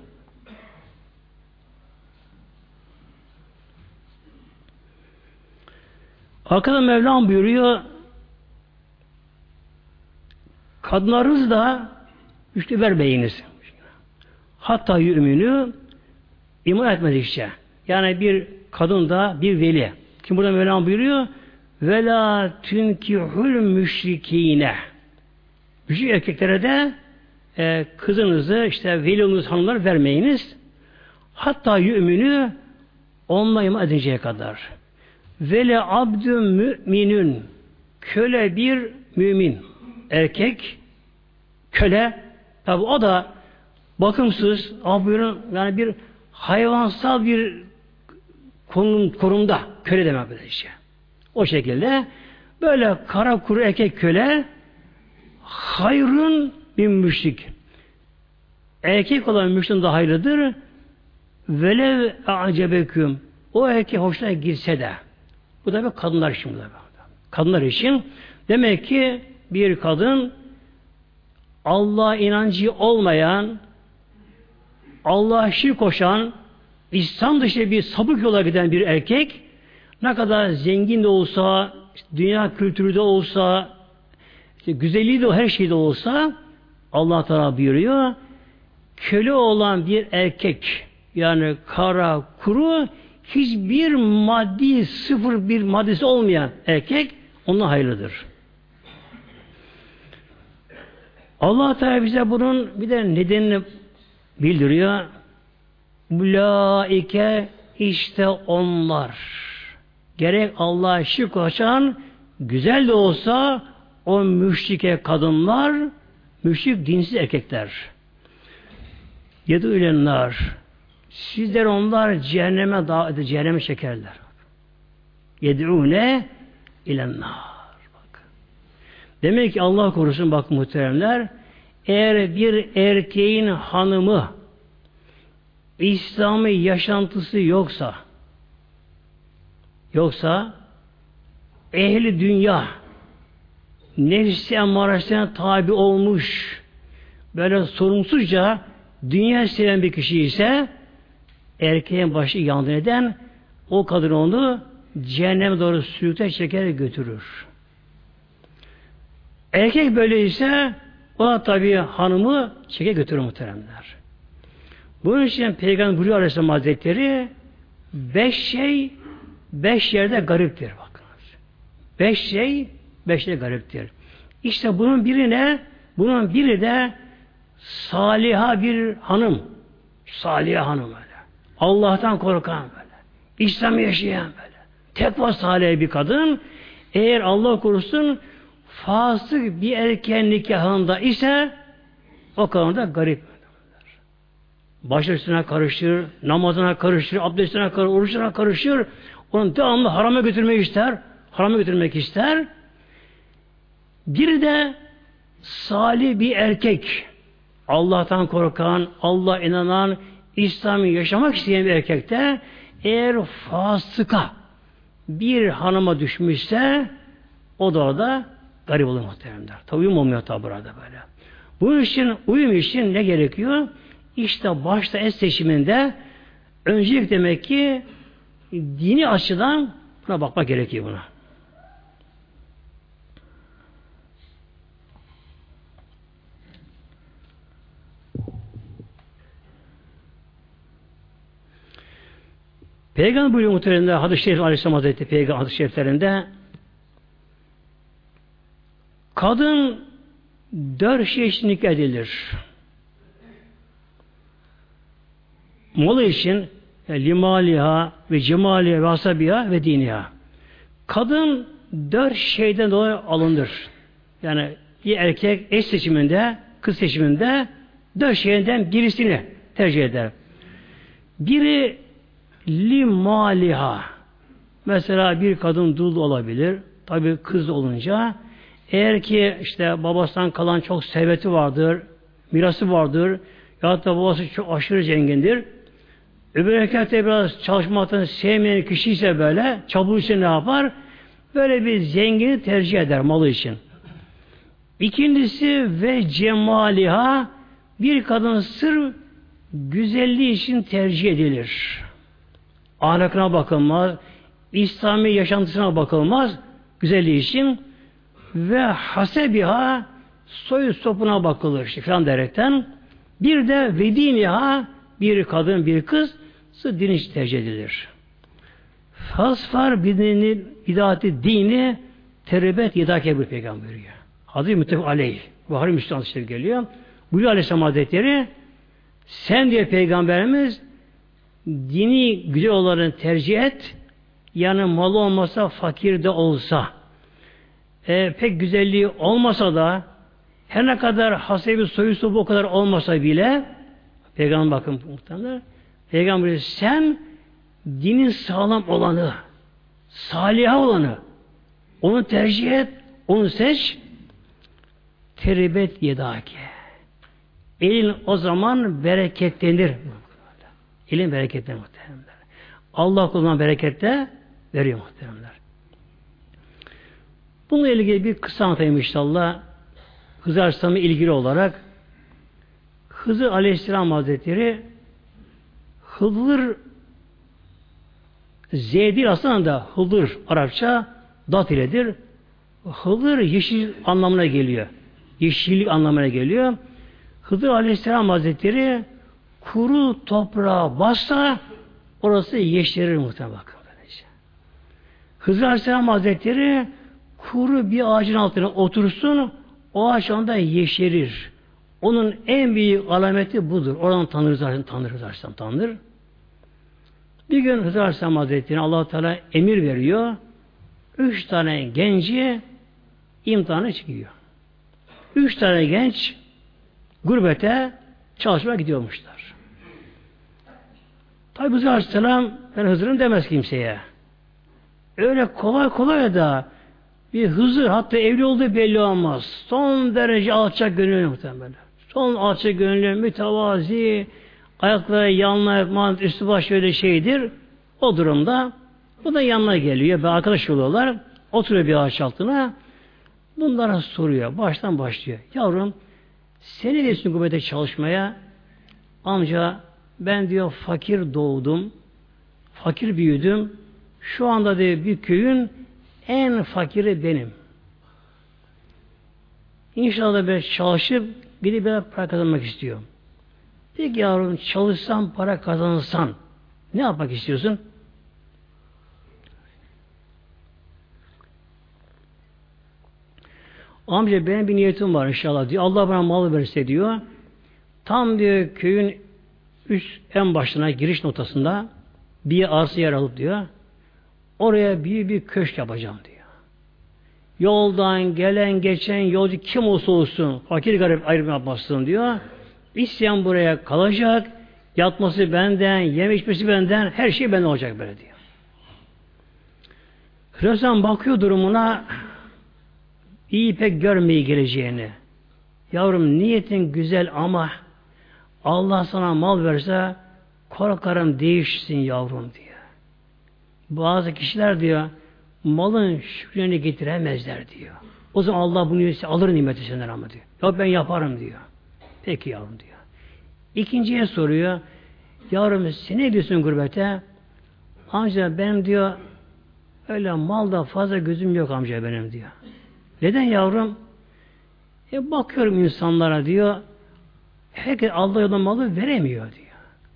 Arkada Mevlam buyuruyor kadınlarınız da üçlü vermeyiniz. Hatta yümünü iman etmedikçe. Yani bir kadın da bir veli. Şimdi burada Mevlam buyuruyor ve la tünkihül müşrikine. Müşrik erkeklere de kızınızı işte veli olduğunuz hanımlar vermeyiniz. Hatta yümünü onunla iman edinceye kadar. Vele abdü müminün köle bir mümin erkek köle tabi o da bakımsız yani bir hayvansal bir konumda köle demek böyle işte. O şekilde böyle kara kuru erkek köle hayrun bir müşrik. Erkek olan müşrik daha hayırlıdır. Velev acebeküm. O erkek hoşuna gitse de. Bu da bir kadınlar için. Kadınlar için. Demek ki bir kadın Allah'a inancı olmayan, Allah'a şirk koşan, İslam dışı bir sapık yola giden bir erkek ne kadar zengin de olsa, dünya kültürü de olsa, güzelliği de her şeyde olsa Allah Teala buyuruyor, köle olan bir erkek yani kara kuru hiçbir maddi sıfır bir maddesi olmayan erkek onunla hayırlıdır. Allah Teala bize bunun bir de nedenini bildiriyor. Ulaike işte onlar. Gerek Allah'a şirk koşan güzel de olsa o müşrike kadınlar, müşrik dinsiz erkekler. Yedûlenler. Sizler onlar cehenneme çekerler. Yed'ûne ilennâr. Bak. Demek ki Allah korusun bak muhteremler, eğer bir erkeğin hanımı İslami yaşantısı yoksa ehli dünya nefsi emmaresine tabi olmuş böyle sorumsuzca dünya seven bir kişi ise erkeğin başı yandı neden? O kadın onu cehenneme doğru sürükler çeker götürür. Erkek böyle ise o tabi hanımı çeker götürür muhteremler. Bunun için Peygamber buyuruyor Aleyhisselam Hazretleri 5 yerde gariptir. Bakınız. 5 şey gariptir. İşte bunun biri de saliha bir hanım. Saliha hanım böyle. Allah'tan korkan böyle. İslam'ı yaşayan böyle. Tekva salih bir kadın. Eğer Allah korusun fasık bir erkeğin nikahında ise o kadın da garip. Başörtüsüne karışır, namazına karışır, abdestine karışır, oruçlarına karışır. Onu devamlı harama götürmek ister. Bir de salih bir erkek, Allah'tan korkan, Allah'a inanan, İslam'ı yaşamak isteyen bir erkekte eğer fasıka bir hanıma düşmüşse o da orada garip olur muhteremler. Tabi uyum olmuyor tabi burada böyle. Bunun için, uyum için ne gerekiyor? İşte başta eş seçiminde öncelik demek ki dini açıdan buna bakmak gerekiyor buna. Peygamber buyuruyor muhtemelen hadis-i şerif Aleyhisselam Hazretleri Peygamber hadis-i şeriflerinde kadın 4 şey için nikah edilir. Malı için limaliha ve cemaliha ve asabiha ve diniha. Kadın 4 şeyden dolayı alınır. Yani bir erkek eş seçiminde, kız seçiminde 4 şeyden birisini tercih eder. Biri limaliha. Mesela bir kadın dul olabilir. Tabi kız olunca eğer ki işte babasından kalan çok serveti vardır, mirası vardır ya da babası çok aşırı zengindir. Öbür erkekte biraz çalışmaktan sevmeyen kişi ise böyle çabuk ise ne yapar? Böyle bir zengini tercih eder malı için. İkincisi ve cemaliha, bir kadın sırf güzelliği için tercih edilir. Ahlakına bakılmaz, İslami yaşantısına bakılmaz, güzelliği için ve hasebiha, soy sopuna bakılır falan derekten. Bir de vediniha, bir kadın bir kız din için tercih edilir. Fasfar bidati dini terbet yedake bir peygamber buyuruyor. Hazreti Müttefik Aleyh. Buhari Müslüman işte geliyor. Buyuruyor Aleyhisselam Hazretleri, sen diye peygamberimiz dini güzel olanı tercih et, yani malı olmasa, fakir de olsa, pek güzelliği olmasa da, her ne kadar hasebi soyu sobu o kadar olmasa bile, Peygamber bakın muhtemelen, Peygamber sen dinin sağlam olanı, salih olanı, Onu tercih et, onu seç. Teribet yedake. Elin o zaman bereketlenir. Elin bereketlenir muhtemelen. Allah kuluna berekette veriyor muhtemelen. Bununla ilgili bir kısa anlatayım inşallah. Hızır Aleyhisselam'la ilgili olarak. Hızır Aleyhisselam Hazretleri Hıdır Z değil aslında Hıdır Arapça dat iledir. Hıdır yeşil anlamına geliyor. Yeşillik anlamına geliyor. Hıdır Aleyhisselam Hazretleri kuru toprağa bassa orası yeşerir muhtemelen. Hıdır Aleyhisselam Hazretleri kuru bir ağacın altına otursun, o ağaç anda yeşerir. Onun en büyük alameti budur. Oradan tanırız Aleyhisselam tanır. Bir gün Hıdır Aleyhisselam Hazretleri Allah-u Teala emir veriyor. 3 tane genci imtihana çıkıyor. 3 tane genç gurbete çalışmaya gidiyormuşlar. Tabi Hızır Aleyhisselam ben Hızır'ım demez kimseye. Öyle kolay kolay da bir Hızır hatta evli olduğu belli olmaz. Son derece alçak gönüllü muhtemelen. Son alçak gönüllü, mütevazi, ayakları yanına üstü baş öyle şeydir. O durumda bu da yanına geliyor. Bir arkadaş oluyorlar. Oturuyor bir ağaç altına. Bunlara soruyor. Baştan başlıyor. Yavrum seni nesin gurbete çalışmaya? Amca ben diyor fakir doğdum. Fakir büyüdüm. Şu anda diyor bir köyün en fakiri benim. İnşallah ben çalışıp gidip para kazanmak istiyorum. Peki yavrum çalışsan para kazanırsan ne yapmak istiyorsun? Amca benim bir niyetim var inşallah diyor. Allah bana mal verse diyor. Tam diyor köyün en başına giriş noktasında bir arsa yer alıp diyor. Oraya bir köşk yapacağım diyor. Yoldan gelen geçen yolcu kim olsa olsun fakir garip ayrım yapmasın diyor. İsteyen buraya kalacak. Yatması benden, yeme içmesi benden, her şey benden olacak böyle diyor. Hristiyan bakıyor durumuna iyi pek görmeyi geleceğini. Yavrum niyetin güzel ama Allah sana mal verse korkarım değişsin yavrum diyor. Bazı kişiler diyor malın şükrünü getiremezler diyor. O zaman Allah bunu alır nimeti senden ama diyor. Ya ben yaparım diyor. Peki yavrum diyor. İkinciye soruyor. Yavrum sen ne diyorsun gurbete? Amca benim diyor öyle malda fazla gözüm yok amca benim diyor. Neden yavrum? Bakıyorum insanlara diyor. Herkes Allah yolunda malı veremiyor diyor.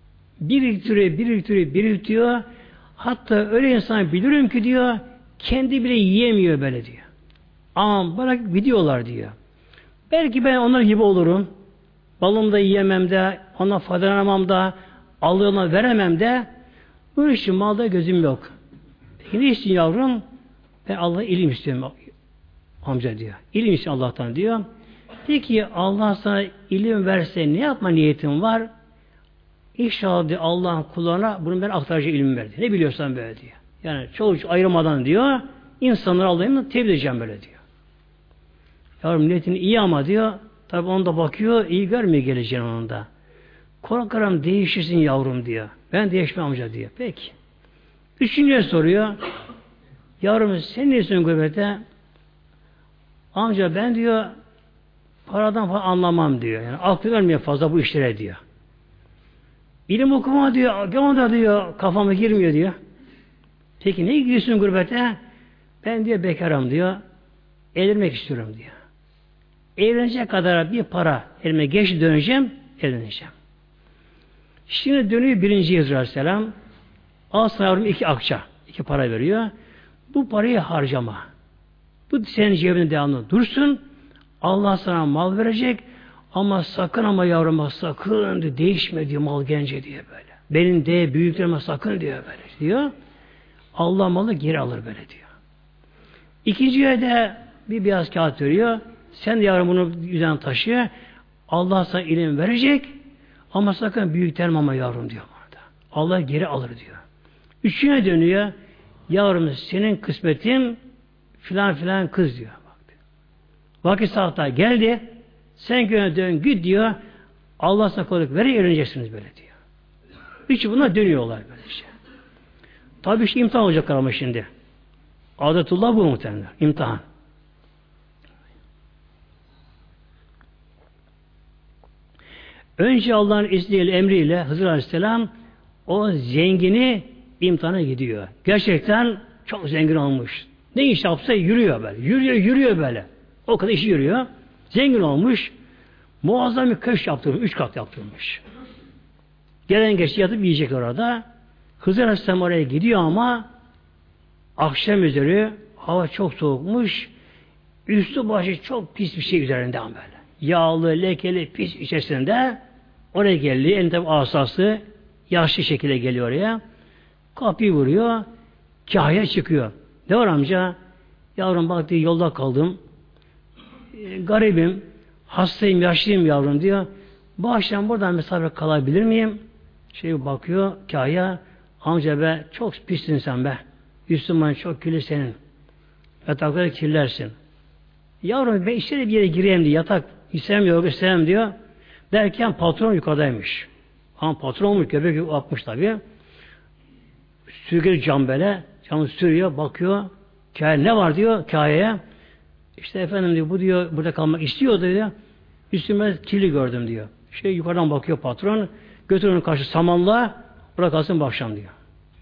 Biriktiriyor. Hatta öyle insan bilirim ki diyor kendi bile yiyemiyor böyle diyor. Ama bırak gidiyorlar diyor. Belki ben onlar gibi olurum. Balımı da yiyemem de, ona faydalanamam da, Allah'ına veremem de, bunun için malda gözüm yok. Peki ne için yavrum? Ben Allah'a ilim istiyorum amca diyor. İlim istiyorum Allah'tan diyor. Peki Allah sana ilim verse ne yapma niyetin var? İnşallah diyor Allah'ın kullarına bunu ben aktaracağım ilim verdi. Ne biliyorsan böyle diyor. Yani çoğu ayırmadan diyor, insanları Allah'ın tebliğ edeceğim böyle diyor. Yavrum niyetin iyi ama diyor, tabi onu da bakıyor, iyi görmüyor geleceğini onun da. Korkarım değişirsin yavrum diyor. Ben değişmem amca diyor. Peki. Üçüncüye soruyor. Yavrum sen ne istiyorsun gurbete? Amca ben diyor paradan falan anlamam diyor. Yani aklı vermiyor fazla bu işlere diyor. İlim okuma diyor, onda diyor kafama girmiyor diyor. Peki ne gidiyorsun gurbete? Ben diyor bekarım diyor. Evlenmek istiyorum diyor. Evlenecek kadar bir para elime geç döneceğim, evleneceğim. Şimdi dönüyor 1. Hızır Aleyhisselam. Al sana yavrum 2 akça. 2 para veriyor. Bu parayı harcama. Bu senin cebinde devamlı dursun. Allah sana mal verecek. Ama sakın ama yavruma sakın diyor, değişme diyor mal gence diyor böyle. Benim de büyüklerime sakın diyor böyle diyor. Allah malı geri alır böyle diyor. İkinciye de bir beyaz kağıt veriyor. Sen de yavrum bunu yüzden taşı. Allah sana ilim verecek. Ama sakın büyüklerim ama yavrum diyor orada. Allah geri alır diyor. Üçüne dönüyor. Yavrum senin kısmetin filan filan kız diyor. Vakit saati geldi. Sen göğe dön git diyor. Allah sana kolaylık verir öğreneceksiniz böyle diyor. Hiç buna dönüyorlar böyle şey. Tabii işte imtihan olacaklar ama şimdi. Adetullah bu muhtemelen. İmtihan. Önce Allah'ın izniyle, emriyle Hızır Aleyhisselam o zengini imtihana gidiyor. Gerçekten çok zengin olmuş. Ne iş yapsa yürüyor böyle. Yürüyor böyle. O kadar işi yürüyor. Zengin olmuş. Muazzam bir köşk yaptırmış. 3 kat yaptırmış. Gelen geçti yatıp yiyecek orada. Hızır Aleyhisselam oraya gidiyor ama akşam üzeri hava çok soğukmuş. Üstü başı çok pis bir şey üzerinden böyle. Yağlı, lekeli, pis içerisinde oraya geliyor. Elinde asası yaşlı şekilde geliyor oraya. Kapıyı vuruyor. Kahya çıkıyor. Ne var amca? Yavrum bak diyor, yolda kaldım. Garibim, hastayım, yaşlıyım yavrum diyor. Bu akşam buradan mesafe kalabilir miyim? Bakıyor kahya. Amca be çok pissin sen be. Üstünden çok kirli senin. Yatakları kirlersin. Yavrum ben içeri bir yere gireyim diye yatak istemem diyor. Derken patron yukarıdaymış. Ama patron olmuş, göbek atmış tabii. Sürgülü cam böyle. Camı sürüyor, bakıyor. Kahya ne var diyor kahyaya. İşte efendim diyor, bu diyor burada kalmak istiyordu diyor. Üstüme kirli gördüm diyor. Yukarıdan bakıyor patron. Götürün karşı samanlığa, burada kalsın bu akşam diyor.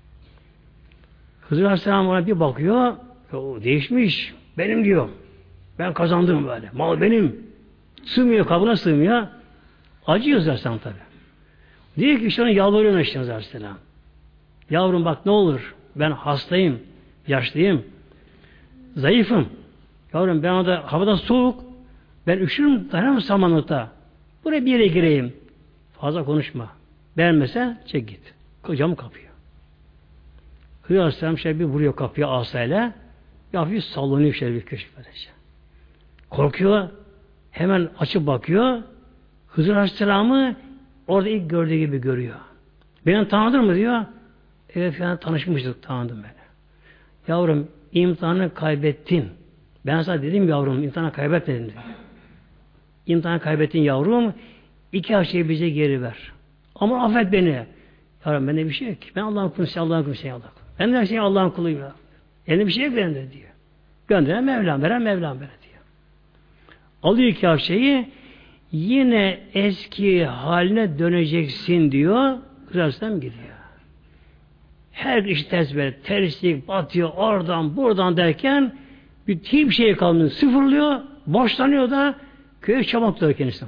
Hızır Aleyhisselam ona bir bakıyor. Değişmiş. Benim diyor. Ben kazandım böyle. Mal benim. Sığmıyor, kabına sığmıyor. Acıyor Hızır Aleyhisselam tabi. Diyor ki işte ona yalvarıyor Hızır Aleyhisselam. Yavrum bak ne olur. Ben hastayım. Yaşlıyım. Zayıfım. Yavrum ben orada havadan soğuk. Ben üşürüm, dayanamam samanlıkta. Buraya bir yere gireyim. Fazla konuşma. Beğenmesen çek git. Camı kapıyor. Hızır Aleyhisselam bir vuruyor kapıya asayla. Hafif sallanıyor bir köşe böylece. Korkuyor. Hemen açıp bakıyor. Hızır Aleyhisselam'ı orada ilk gördüğü gibi görüyor. Beni tanıdın mı diyor. Evet falan tanışmıştık, tanıdım beni. Yavrum imtihanı kaybettin. Ben sana dedim yavrum imtihanı kaybetmedin diyor. İmtihanı kaybettin yavrum. 2 şey bize geri ver. Ama affet beni. Yavrum bende bir şey yok. Ben Allah'ın kuluyum, Allah'ın kuluyum. Ben de her şeyi Allah'ın kuluyum ya. Elimde bir şey yok benim de diyor. Gönderen Mevlam, veren Mevlam bana diyor. Alıyor 2 şeyi, yine eski haline döneceksin diyor. Kırarsan gidiyor. Her iş ters böyle, terslik batıyor oradan buradan derken bir şey kalmıyor, sıfırlıyor, boşlanıyor da köye çabaklıyor kendisine.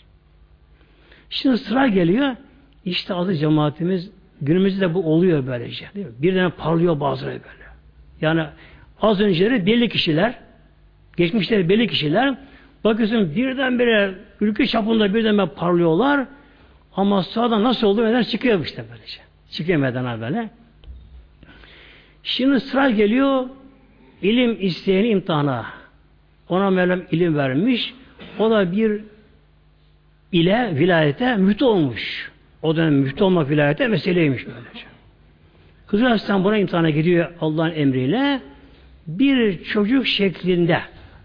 Şimdi sıra geliyor, işte adı cemaatimiz günümüzde bu oluyor böylece. Değil mi? Birden parlıyor bazıları böyle. Yani az önceleri belli kişiler, geçmişleri belli kişiler, bakıyorsun birdenbire ülke çapında birden parlıyorlar ama sağdan nasıl oldu neden çıkıyor işte böylece. Çıkıyor meydana böyle. Şimdi sıra geliyor ilim isteyen imtihana. Ona Mevlam ilim vermiş. O da bir vilayete müftü olmuş. O dönem müftü olmak vilayete meseleymiş böylece. Hızır Aleyhisselam buna imtihana gidiyor Allah'ın emriyle. Bir çocuk şeklinde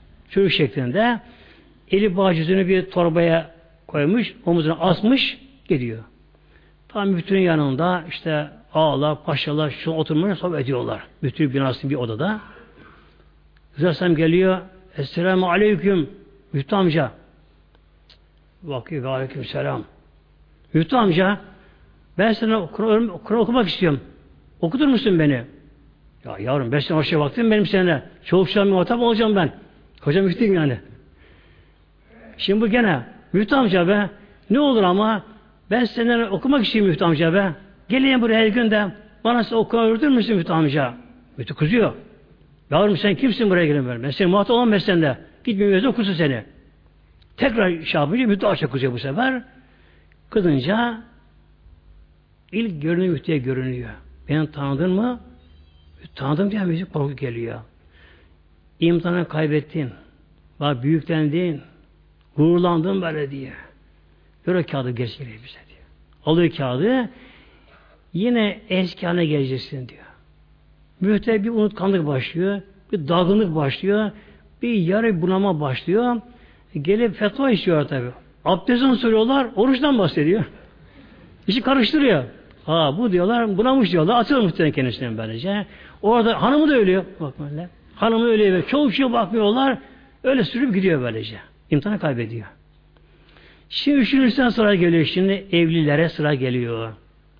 eli bağcısını bir torbaya koymuş, omuzuna asmış gidiyor. Tam müftünün yanında işte ağalar, paşalar şu oturmaya sohbet ediyorlar. Müftü binasının bir odada. Hızır Aleyhisselam geliyor. Esselamu aleyküm müftü amca. Bakıyor ve aleyküm selam. Müftü amca ben sana Kur'an okumak istiyorum. Okutur musun beni? Ya yavrum ben sana hoşça baktım benim seninle. Çoluk çocuğa muhatap olacağım ben. Hocam müftüyüm yani. Şimdi bu gene müftü amca be ne olur ama ben senden okumak istiyorum müftü amca be. Geleyim buraya her gün de bana sen okuyordun musun müftü amca? Müftü kızıyor. Yavrum sen kimsin buraya gelin ben senin muhatap olan ben sende. Git bir müftü okusun seni. Tekrar yapınca müftü açık kızıyor bu sefer. Kızınca ilk görünüyor müftüye görünüyor. Beni tanıdın mı? Tanıdım diye müzik korku geliyor. İmtihanı kaybettin. Bak büyüklendin. Gururlandın böyle diye. Böyle kağıdı geçiriyor bize diyor. Alıyor kağıdı. Yine eski haline geleceksin diyor. Müftü bir unutkanlık başlıyor. Bir dalgınlık başlıyor. Bir yarı bunama başlıyor. Gelip fetva istiyor tabi. Abdestten soruyorlar, oruçtan bahsediyor. İşi karıştırıyor. Bu diyorlar, bunamış diyorlar. Atıyor muhtemelen kendisinden böylece. Orada hanımı da ölüyor. Bak böyle. Hanımı ölüyor. Çoğu şey bakmıyorlar. Öyle sürüp gidiyor böylece. İmtihanı kaybediyor. Şimdi üçüncüsünden sıra geliyor. Şimdi evlilere sıra geliyor.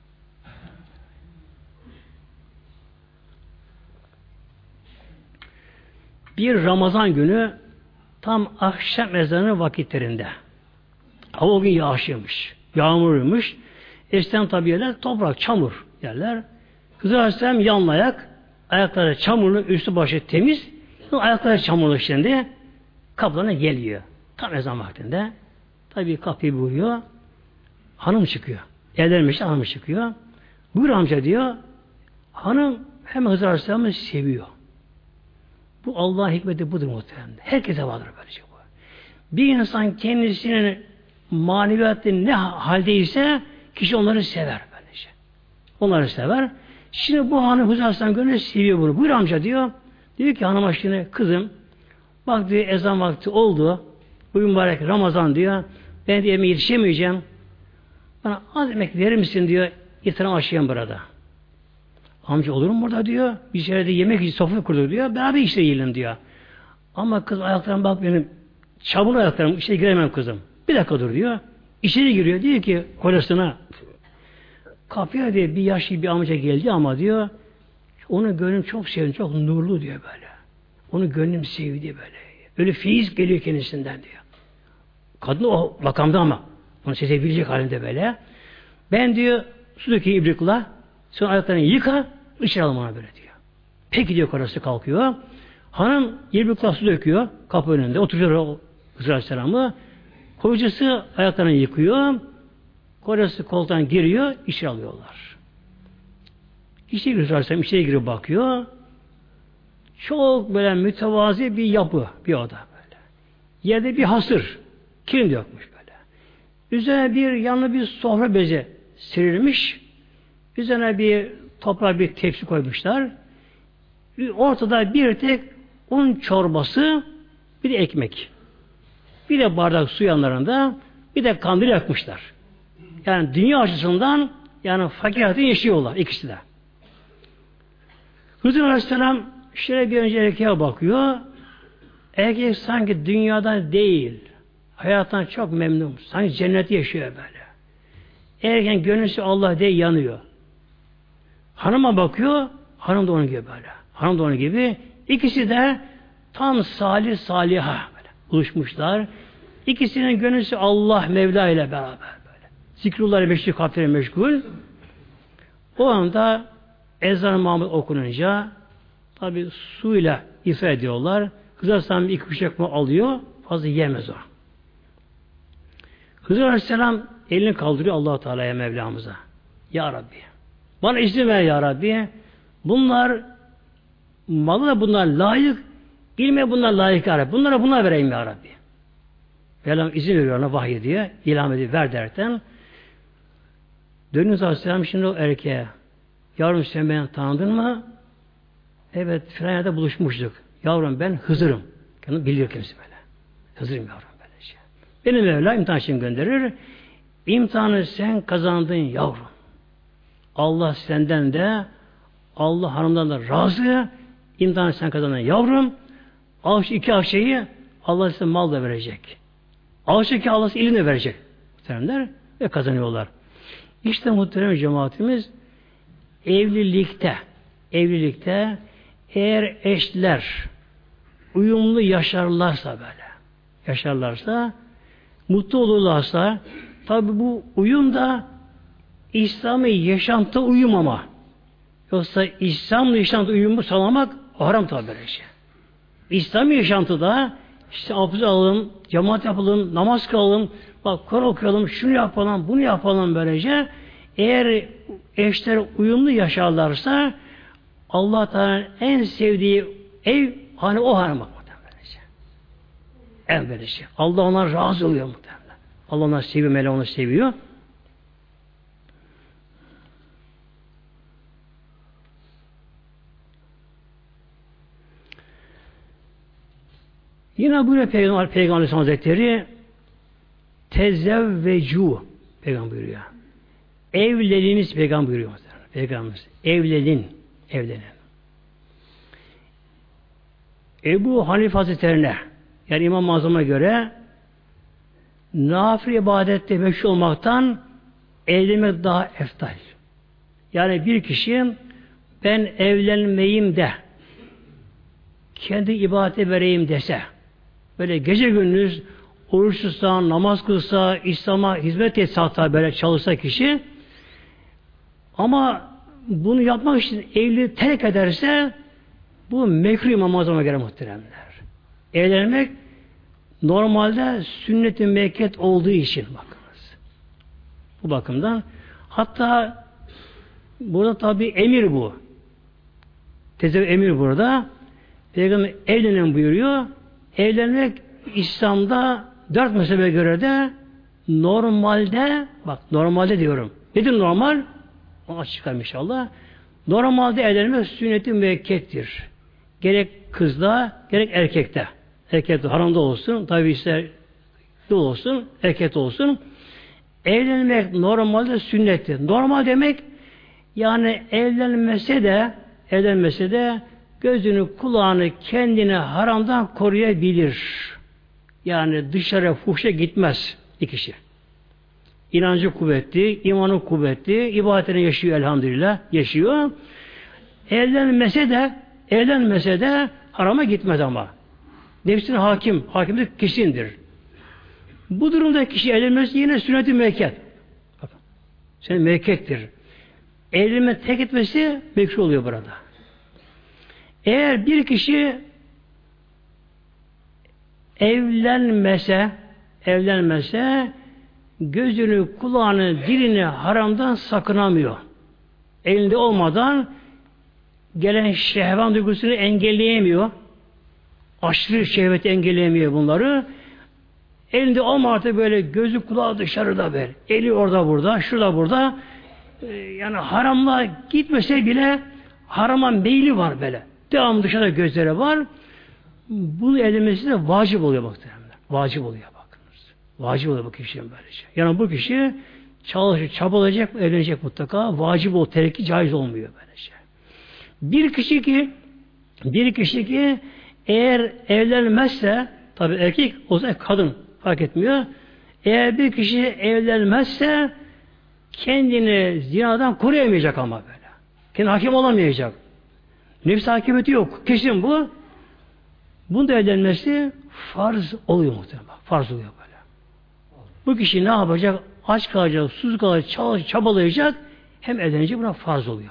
Bir Ramazan günü tam akşam ezanı vakitlerinde. Hava o gün yağışlıymış. Yağmurluymuş. Eskiden tabi yerler toprak, çamur yerler. Hızır Aleyhisselam yanlayak, ayakları çamurlu, üstü başı temiz. Ayakları çamurlu şimdi kapılarına geliyor. Tam ezan vaktinde. Tabi kapıyı buyuruyor. Hanım çıkıyor. Evlenmiş hanım çıkıyor. Buyur amca diyor. Hanım hemen Hızır Aleyhisselam'ı seviyor. Bu Allah'ın hikmeti budur muhtemelen. Herkese vardır böylece bu. Bir insan kendisinin maneviyatı ne haldeyse kişi onları sever böylece. Onları sever. Şimdi bu hanım Hızır Aleyhisselam gönlü seviyor bunu. Buyur amca diyor. Diyor ki hanıma şimdi kızım bak diyor ezan vakti oldu. Bugün mübarek Ramazan diyor. Ben diye yetişemeyeceğim. Bana az emek verir misin diyor. İtiram aşıyım burada. Amca olur mu burada diyor. Bir içeride yemek sofra kurduk diyor. Beraber işte yiyelim diyor. Ama kız ayaklarım bak benim çabuk ayaklarım işe giremem kızım. Bir dakika dur diyor. İçeri giriyor. Diyor ki kocasına kapıya diye bir yaşlı bir amca geldi ama diyor onu gönlüm çok sevdim. Çok nurlu diyor böyle. Onu gönlüm sevdi böyle. Öyle feyiz geliyor kendisinden diyor. Kadın o makamda ama onu sezebilecek halinde böyle. Ben diyor su dökeyim ibrikla sonra ayaklarını yıka içeri alım ona böyle diyor. Peki diyor karısı kalkıyor. Hanım ibrikla su döküyor kapı önünde oturuyor o Hızır Aleyhisselam'ı. Kocası ayaklarını yıkıyor. Kocası koltuğuna giriyor içeri alıyorlar. İçeri giriyor Aleyhisselam içeri girip bakıyor. Çok böyle mütevazi bir yapı bir oda böyle. Yerde bir hasır. Kilim de yokmuş böyle. Üzerine bir yanlı bir sofra bezi serilmiş. Üzerine bir toprağa bir tepsi koymuşlar. Ortada bir tek un çorbası bir de ekmek. Bir de bardak su yanlarında bir de kandil yakmışlar. Yani dünya açısından yani fakir hayatı yaşıyorlar ikisi de. Hızır Aleyhisselam şöyle bir önce erkeğe bakıyor. Erkek sanki dünyada değil. Hayattan çok memnun. Sanki cenneti yaşıyor böyle. Erken gönlüsü Allah diye yanıyor. Hanıma bakıyor. Hanım da onun gibi böyle. Hanım da onun gibi. İkisi de tam salih saliha böyle. Buluşmuşlar. İkisinin gönlüsü Allah Mevla ile beraber böyle. Zikrullah-ı meşgul, kalpleri meşgul. O anda ezan-ı Muhammed okununca tabi suyla ifade ediyorlar. Hızır Aleyhisselam iki kuşak mı alıyor? Fazla yemez o. Hızır Aleyhisselam elini kaldırıyor Allah-u Teala'ya Mevlamıza. Ya Rabbi. Bana izin ver Ya Rabbi. Bunlar malı da bunlar layık. İlme bunlar layık Ya Rabbi. Bunlara vereyim Ya Rabbi. Mevlam izin veriyor ona vahiy diye. İlham ediyor ver derken. Dönüyor Aleyhisselam şimdi o erkeğe. Yavrum sen beni tanıdın mı? Evet Firavun'da buluşmuştuk. Yavrum ben Hızır'ım. Yani biliyor kimse böyle. Hızır'ım yavrum böyle şey. Benim Mevla imtihan için gönderir. İmtihanı sen kazandın yavrum. Allah senden de Allah hanımdan da razı. İmtihanı sen kazandın yavrum. Al şu iki akçeyi Allah size mal da verecek. Al şu iki Allah size ilim de verecek. Muhteremler ve kazanıyorlar. İşte muhterem cemaatimiz evlilikte eğer eşler uyumlu yaşarlarsa mutlu olurlarsa tabi bu uyum da İslami yaşantı uyum ama yoksa İslam'la yaşantı uyumu sağlamak haram tabi böyle şey. İslami yaşantıda işte abdest alalım, cemaat yapalım, namaz kılalım, bak Kur'an okuyalım, şunu yapalım, bunu yapalım böylece. Eğer eşler uyumlu yaşarlarsa Allah Teala'nın en sevdiği ev hani o hanım böylece. En böylece. Allah ona razı oluyor muhtemelen. Allah onu seviyor, Mevla onu seviyor. Yine buyuruyor Peygamber Aleyhisselam Hazretleri tezevvecu Peygamber buyuruyor. Evleniniz Peygamber buyuruyor. Peygamberimiz. Evlenin. Evlenin. Ebu Hanife Hazretlerine yani İmam-ı Azam'a göre nafile ibadette meşhur olmaktan evlenmek daha eftal. Yani bir kişi ben evlenmeyeyim de kendi ibadete vereyim dese böyle gece gündüz oruç tutsa, namaz kılsa, İslam'a hizmet etse hatta böyle çalışsa kişi ama bunu yapmak için evliliği terk ederse bu mekruh İmam-ı Azam'a göre muhteremler. Evlenmek normalde sünnet-i mekked olduğu için bakınız. Bu bakımdan hatta burada tabi emir bu. Emir burada. Peygamber evlenen buyuruyor. Evlenmek İslam'da 4 mezhebe göre de normalde bak normalde diyorum. Nedir normal? Onu açıklayayım inşallah. Normalde evlenmek sünnet-i müekkeddir. Gerek kızda gerek erkekte. Erkekte haramda olsun, tabi ister olsun, erkekte olsun. Evlenmek normalde sünnettir. Normal demek yani evlenmese de gözünü, kulağını kendine haramdan koruyabilir. Yani dışarı fuhşa gitmez bir kişi. İnancı kuvvetli, imanı kuvvetli, ibadetini yaşıyor elhamdülillah, yaşıyor. Evlenmese de harama gitmez ama. Nefsine hakimlik kesindir. Bu durumda kişi evlenmesi yine sünnet-i müekked. Bakın, sünnet-i müekkeddir. Evlenme tek etmesi mekruh oluyor burada. Eğer bir kişi evlenmese gözünü, kulağını, dilini haramdan sakınamıyor. Elinde olmadan gelen şehvan duygusunu engelleyemiyor. Aşırı şehveti engelleyemiyor bunları. Elinde olmadan böyle gözü kulağı dışarıda böyle. Eli orada burada, şurada burada. Yani haramla gitmese bile harama meyli var böyle. Devamlı dışarıda gözleri var. Bunu edilmesi de vacip oluyor muhtemelen. Vacip oluyor bakınız. Vacip oluyor bu kişinin böylece. Yani bu kişi çalışır, çabalayacak, evlenecek mutlaka. Vacip o terki caiz olmuyor böylece. Bir kişi ki eğer evlenmezse tabi erkek o zaman kadın fark etmiyor. Eğer bir kişi evlenmezse kendini zinadan koruyamayacak ama böyle. Kendi hakim olamayacak. Nefs hakimiyeti yok. Kesin bu. Bunun da evlenmesi farz oluyor muhtemelen. Farz oluyor böyle. Bu kişi ne yapacak? Aç kalacak, susuz kalacak, çabalayacak. Hem evlenecek buna farz oluyor.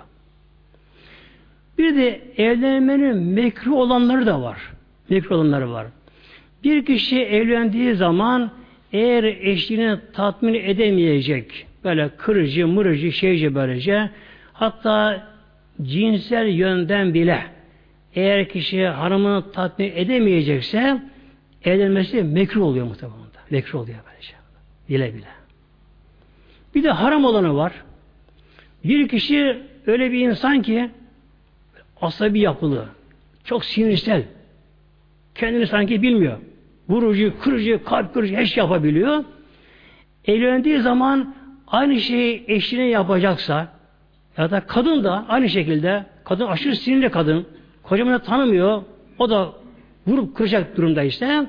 Bir de evlenmenin mekruh olanları da var. Mekruh olanları var. Bir kişi evlendiği zaman eğer eşini tatmin edemeyecek, böyle kırıcı, mırıcı, şeyci böylece, hatta cinsel yönden bile eğer kişi hanımını tatmin edemeyecekse evlenmesi mekruh oluyor muhtemelen. Mekruh oluyor böylece. Bile bile. Bir de haram olanı var. Bir kişi öyle bir insan ki asabi yapılı, çok sinirsel, kendini sanki bilmiyor. Vurucu, kırıcı, kalp kırıcı her şey yapabiliyor. Evlendiği zaman aynı şeyi eşine yapacaksa ya da kadın da aynı şekilde, kadın aşırı sinirli kadın, kocamanı tanımıyor, o da vurup kıracak durumda işte.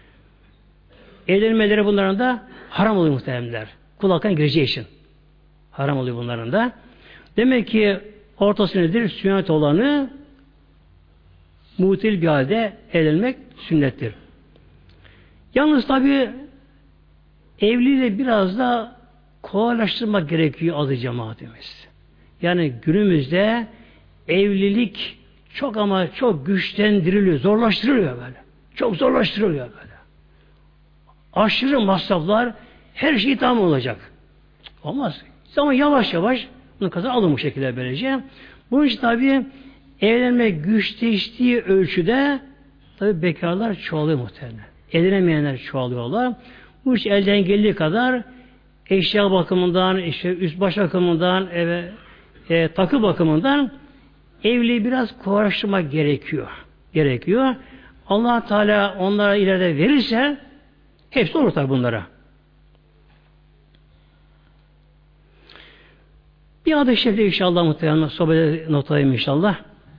Evlenmeleri bunların da haram oluyor muhtemelenler. Kul hakkına gireceği için. Haram oluyor bunların da. Demek ki ortası nedir? Sünnet olanı mutil bir halde evlenmek sünnettir. Yalnız tabi evliliği biraz da kolaylaştırmak gerekiyor adı cemaatimiz. Yani günümüzde evlilik çok ama çok güçlendiriliyor, zorlaştırılıyor böyle. Çok zorlaştırılıyor böyle. Aşırı masraflar, her şey tam olacak. Olmaz. Ama yavaş yavaş bunu kazan alın bu şekilde böylece. Bunun için tabi evlenme güçleştiği ölçüde tabi bekarlar çoğalıyor muhtemelen. Evlenemeyenler çoğalıyorlar. Bu iş elden geldiği kadar eşya bakımından, işte üst baş bakımından, takı bakımından evliliği biraz kolaylaştırmak gerekiyor. Allah Teala onlara ileride verirse hepsi olur tabi bunlara. Bir adı şerifte inşallah muhtemelen sohbet notayım inşallah.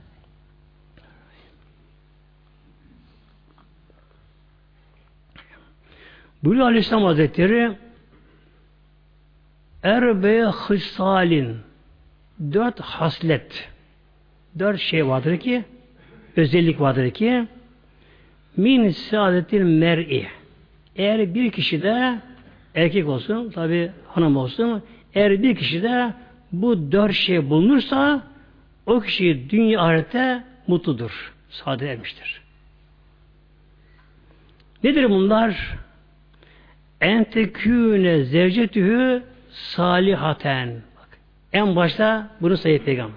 Buyuruyor Aleyhisselam Hazretleri Erbe hısalin 4 haslet 4 şey vardır ki özellik vardır ki min saadetil mer'i eğer bir kişi de erkek olsun tabi hanım olsun eğer bir kişi de bu 4 şey bulunursa o kişi dünya ahirette mutludur. Saadet ermiştir. Nedir bunlar? Entekûne zevcetühü salihaten. Bak, en başta bunu sayıyor Peygamber.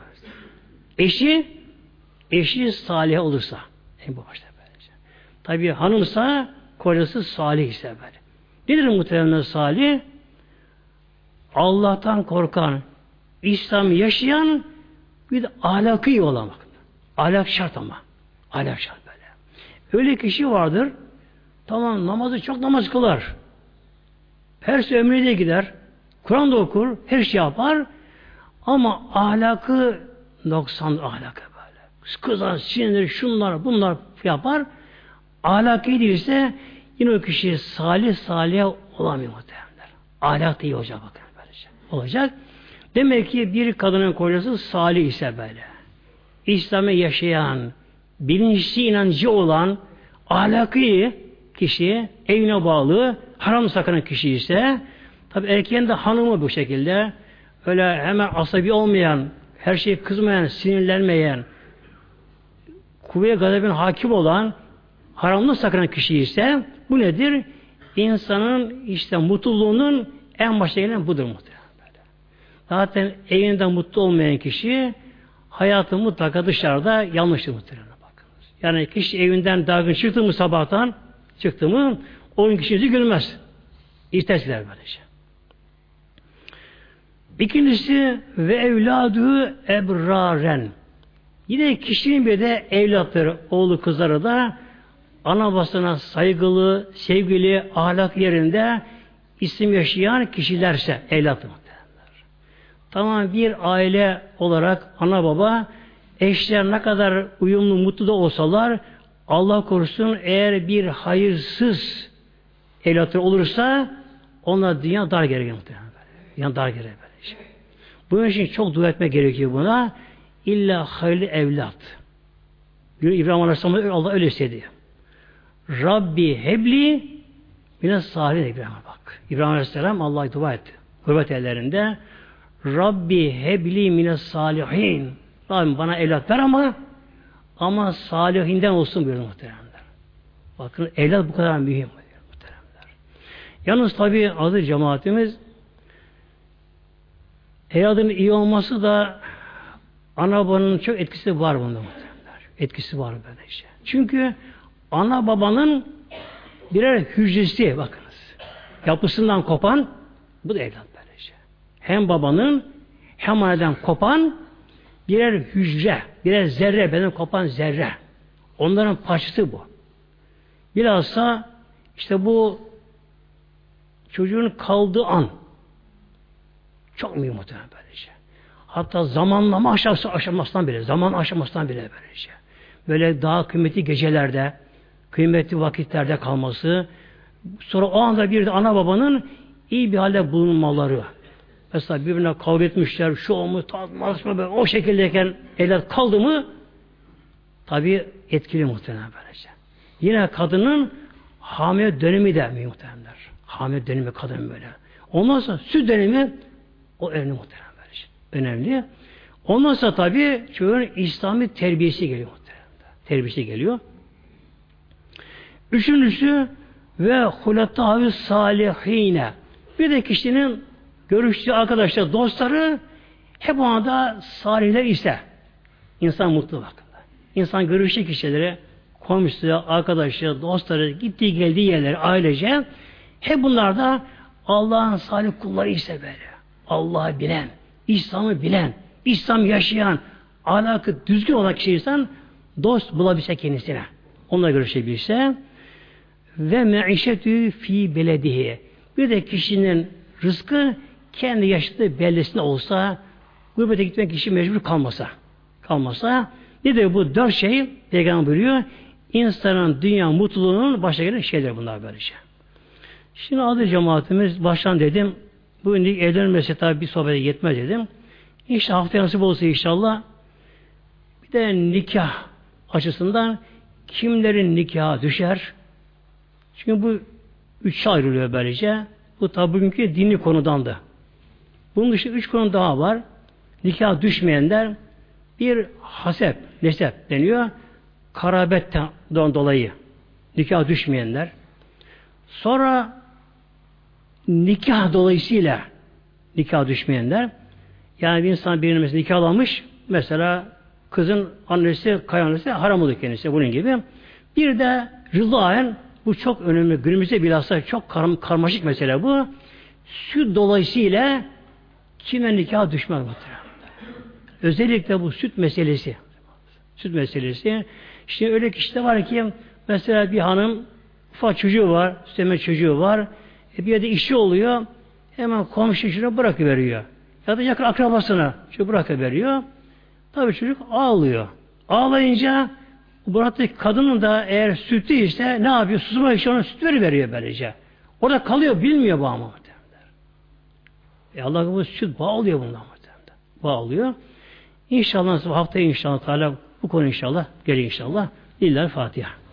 Eşi salih olursa en başta böylece. Tabii hanımsa kocası salih ise böyle. Nedir muhtemelen salih? Allah'tan korkan, İslam yaşayan bir de ahlakı iyi olan. Ahlak şart ama. Ahlak şart böyle. Öyle kişi vardır. Tamam namazı çok namaz kılar. Her ömrüne de gider. Kur'an da okur. Her şey yapar. Ama ahlakı noksan ahlakı böyle. Kızar, sinir, şunlar, bunlar yapar. Ahlakı iyi değilse yine o kişi salih olamıyor muhtemelenler. Ahlak da iyi olacak bakın böylece. Olacak. Demek ki bir kadının kocası salih ise böyle. İslam'ı yaşayan, bilinçli inancı olan, ahlakı iyi kişi, evine bağlı, haram sakınan kişi ise, tabi erkeğin de hanımı bu şekilde, öyle hemen asabi olmayan, her şeye kızmayan, sinirlenmeyen, kuvve-i gazabın hakim olan, haramlık sakınan kişi ise, bu nedir? İnsanın işte mutluluğunun en başta gelen budur muhtemelen. Zaten evinde mutlu olmayan kişi, hayatı mutlaka dışarıda yanlıştır muhtemelen. Bakınız. Yani kişi evinden dargın çıktı mı sabahtan, çıktı mı, o gün kişi yüzü gülmez. İsterseler böylece. İkincisi ve evladü ebraren. Yine kişinin bir de evlatları, oğlu kızları da ana babasına saygılı, sevgili, ahlak yerinde isim yaşayan kişilerse evlatı. Tamam bir aile olarak ana baba eşler ne kadar uyumlu, mutlu da olsalar Allah korusun eğer bir hayırsız evlatları olursa ona dünya dar gelir muhtemelen. Yani dar gelir böyle şey. Bunun için çok dua etmek gerekiyor buna. İlla hayırlı evlat. İbrahim Aleyhisselam Allah öyle istedi. Rabbi hebli mine salih İbrahim'e bak. İbrahim Aleyhisselam Allah'a dua etti. Gurbet ellerinde Rabbi hebli mine salihin. Rabbim bana evlat ver ama salihinden olsun buyurdu muhteremler. Bakın evlat bu kadar mühim muhteremler. Yalnız tabi adı cemaatimiz evladın iyi olması da ana babanın çok etkisi var bunda muhteremler. Etkisi var böyle şey. Çünkü ana babanın birer hücresi bakınız. Yapısından kopan bu da evlat böyle şey. Hem babanın hem anneden kopan birer hücre, birer zerre, beden kopan zerre. Onların parçası bu. Bilhassa işte bu çocuğun kaldığı an çok mühim muhtemelen böylece. Hatta zamanlama aşamasından bile, zaman aşamasından bile böylece. Böyle daha kıymetli gecelerde, kıymetli vakitlerde kalması, sonra o anda bir de ana babanın iyi bir halde bulunmaları. Mesela birbirine kavga etmişler, şu olmuş, tartışma böyle, o şekildeyken evlat kaldı mı tabi etkili muhtemelen böylece. Yine kadının hamile dönemi de muhtemelenler. Hamile dönemi kadın böyle. Ondan sonra süt dönemi o önemli muhtemelen böylece. Önemli. Ondan sonra tabi çocuğun İslami terbiyesi geliyor muhtemelen. Terbiyesi geliyor. Üçüncüsü ve huletâhü salihîne. Bir de kişinin görüştüğü arkadaşlar, dostları hep ona da salihler ise insan mutlu bakın. İnsan görüştüğü kişilere, komşusu, arkadaşları, dostları, gittiği geldiği yerlere, ailece hep bunlar da Allah'ın salih kulları ise böyle. Allah'ı bilen, İslam'ı bilen, İslam yaşayan, ahlakı düzgün olan kişi insan dost bulabilse kendisine. onunla görüşebilse ve me'işetü fi beledihi. Bir de kişinin rızkı kendi yaşadığı beldesinde olsa, gurbete gitmek kişi mecbur kalmasa, nedir bu 4 şey? Peygamber buyuruyor, insanın dünya mutluluğunun başa gelen şeyler bunlar böylece. Şimdi adı cemaatimiz, baştan dedim, bu evlenmesi tabi bir sohbete yetmez dedim. İşte haftaya nasip olsa inşallah, bir de nikah açısından kimlerin nikahı düşer? Çünkü bu 3'e ayrılıyor böylece. Bu tabi bugünkü dini konudandı. Bunun dışında 3 konu daha var. Nikah düşmeyenler, bir hasep, nesep deniyor. Karabetten dolayı nikah düşmeyenler. Sonra nikah dolayısıyla nikah düşmeyenler. Yani bir insan birinin mesela nikahlanmış, mesela kızın annesi, kayınannesi haram oluyor kendisi bunun gibi. Bir de rızaen, bu çok önemli. Günümüzde bilhassa çok karmaşık mesele bu. Süt dolayısıyla kime nikah düşmez muhtemelen. Özellikle bu süt meselesi. Süt meselesi. İşte öyle kişiler var ki mesela bir hanım ufak çocuğu var, sütleme çocuğu var. Bir yerde işi oluyor. Hemen komşusuna bırakıveriyor. Ya da yakın akrabasına şu bırakıveriyor. Tabii çocuk ağlıyor. Ağlayınca buradaki kadının da eğer sütü ise ne yapıyor? Susmak için ona süt veriyor böylece. Orada kalıyor, bilmiyor bu ama. Allah bu süt bağlıyor bundan. Bağlıyor. İnşallah haftaya inşallah Teala bu konu inşallah gelir inşallah. Lillahi Fatiha.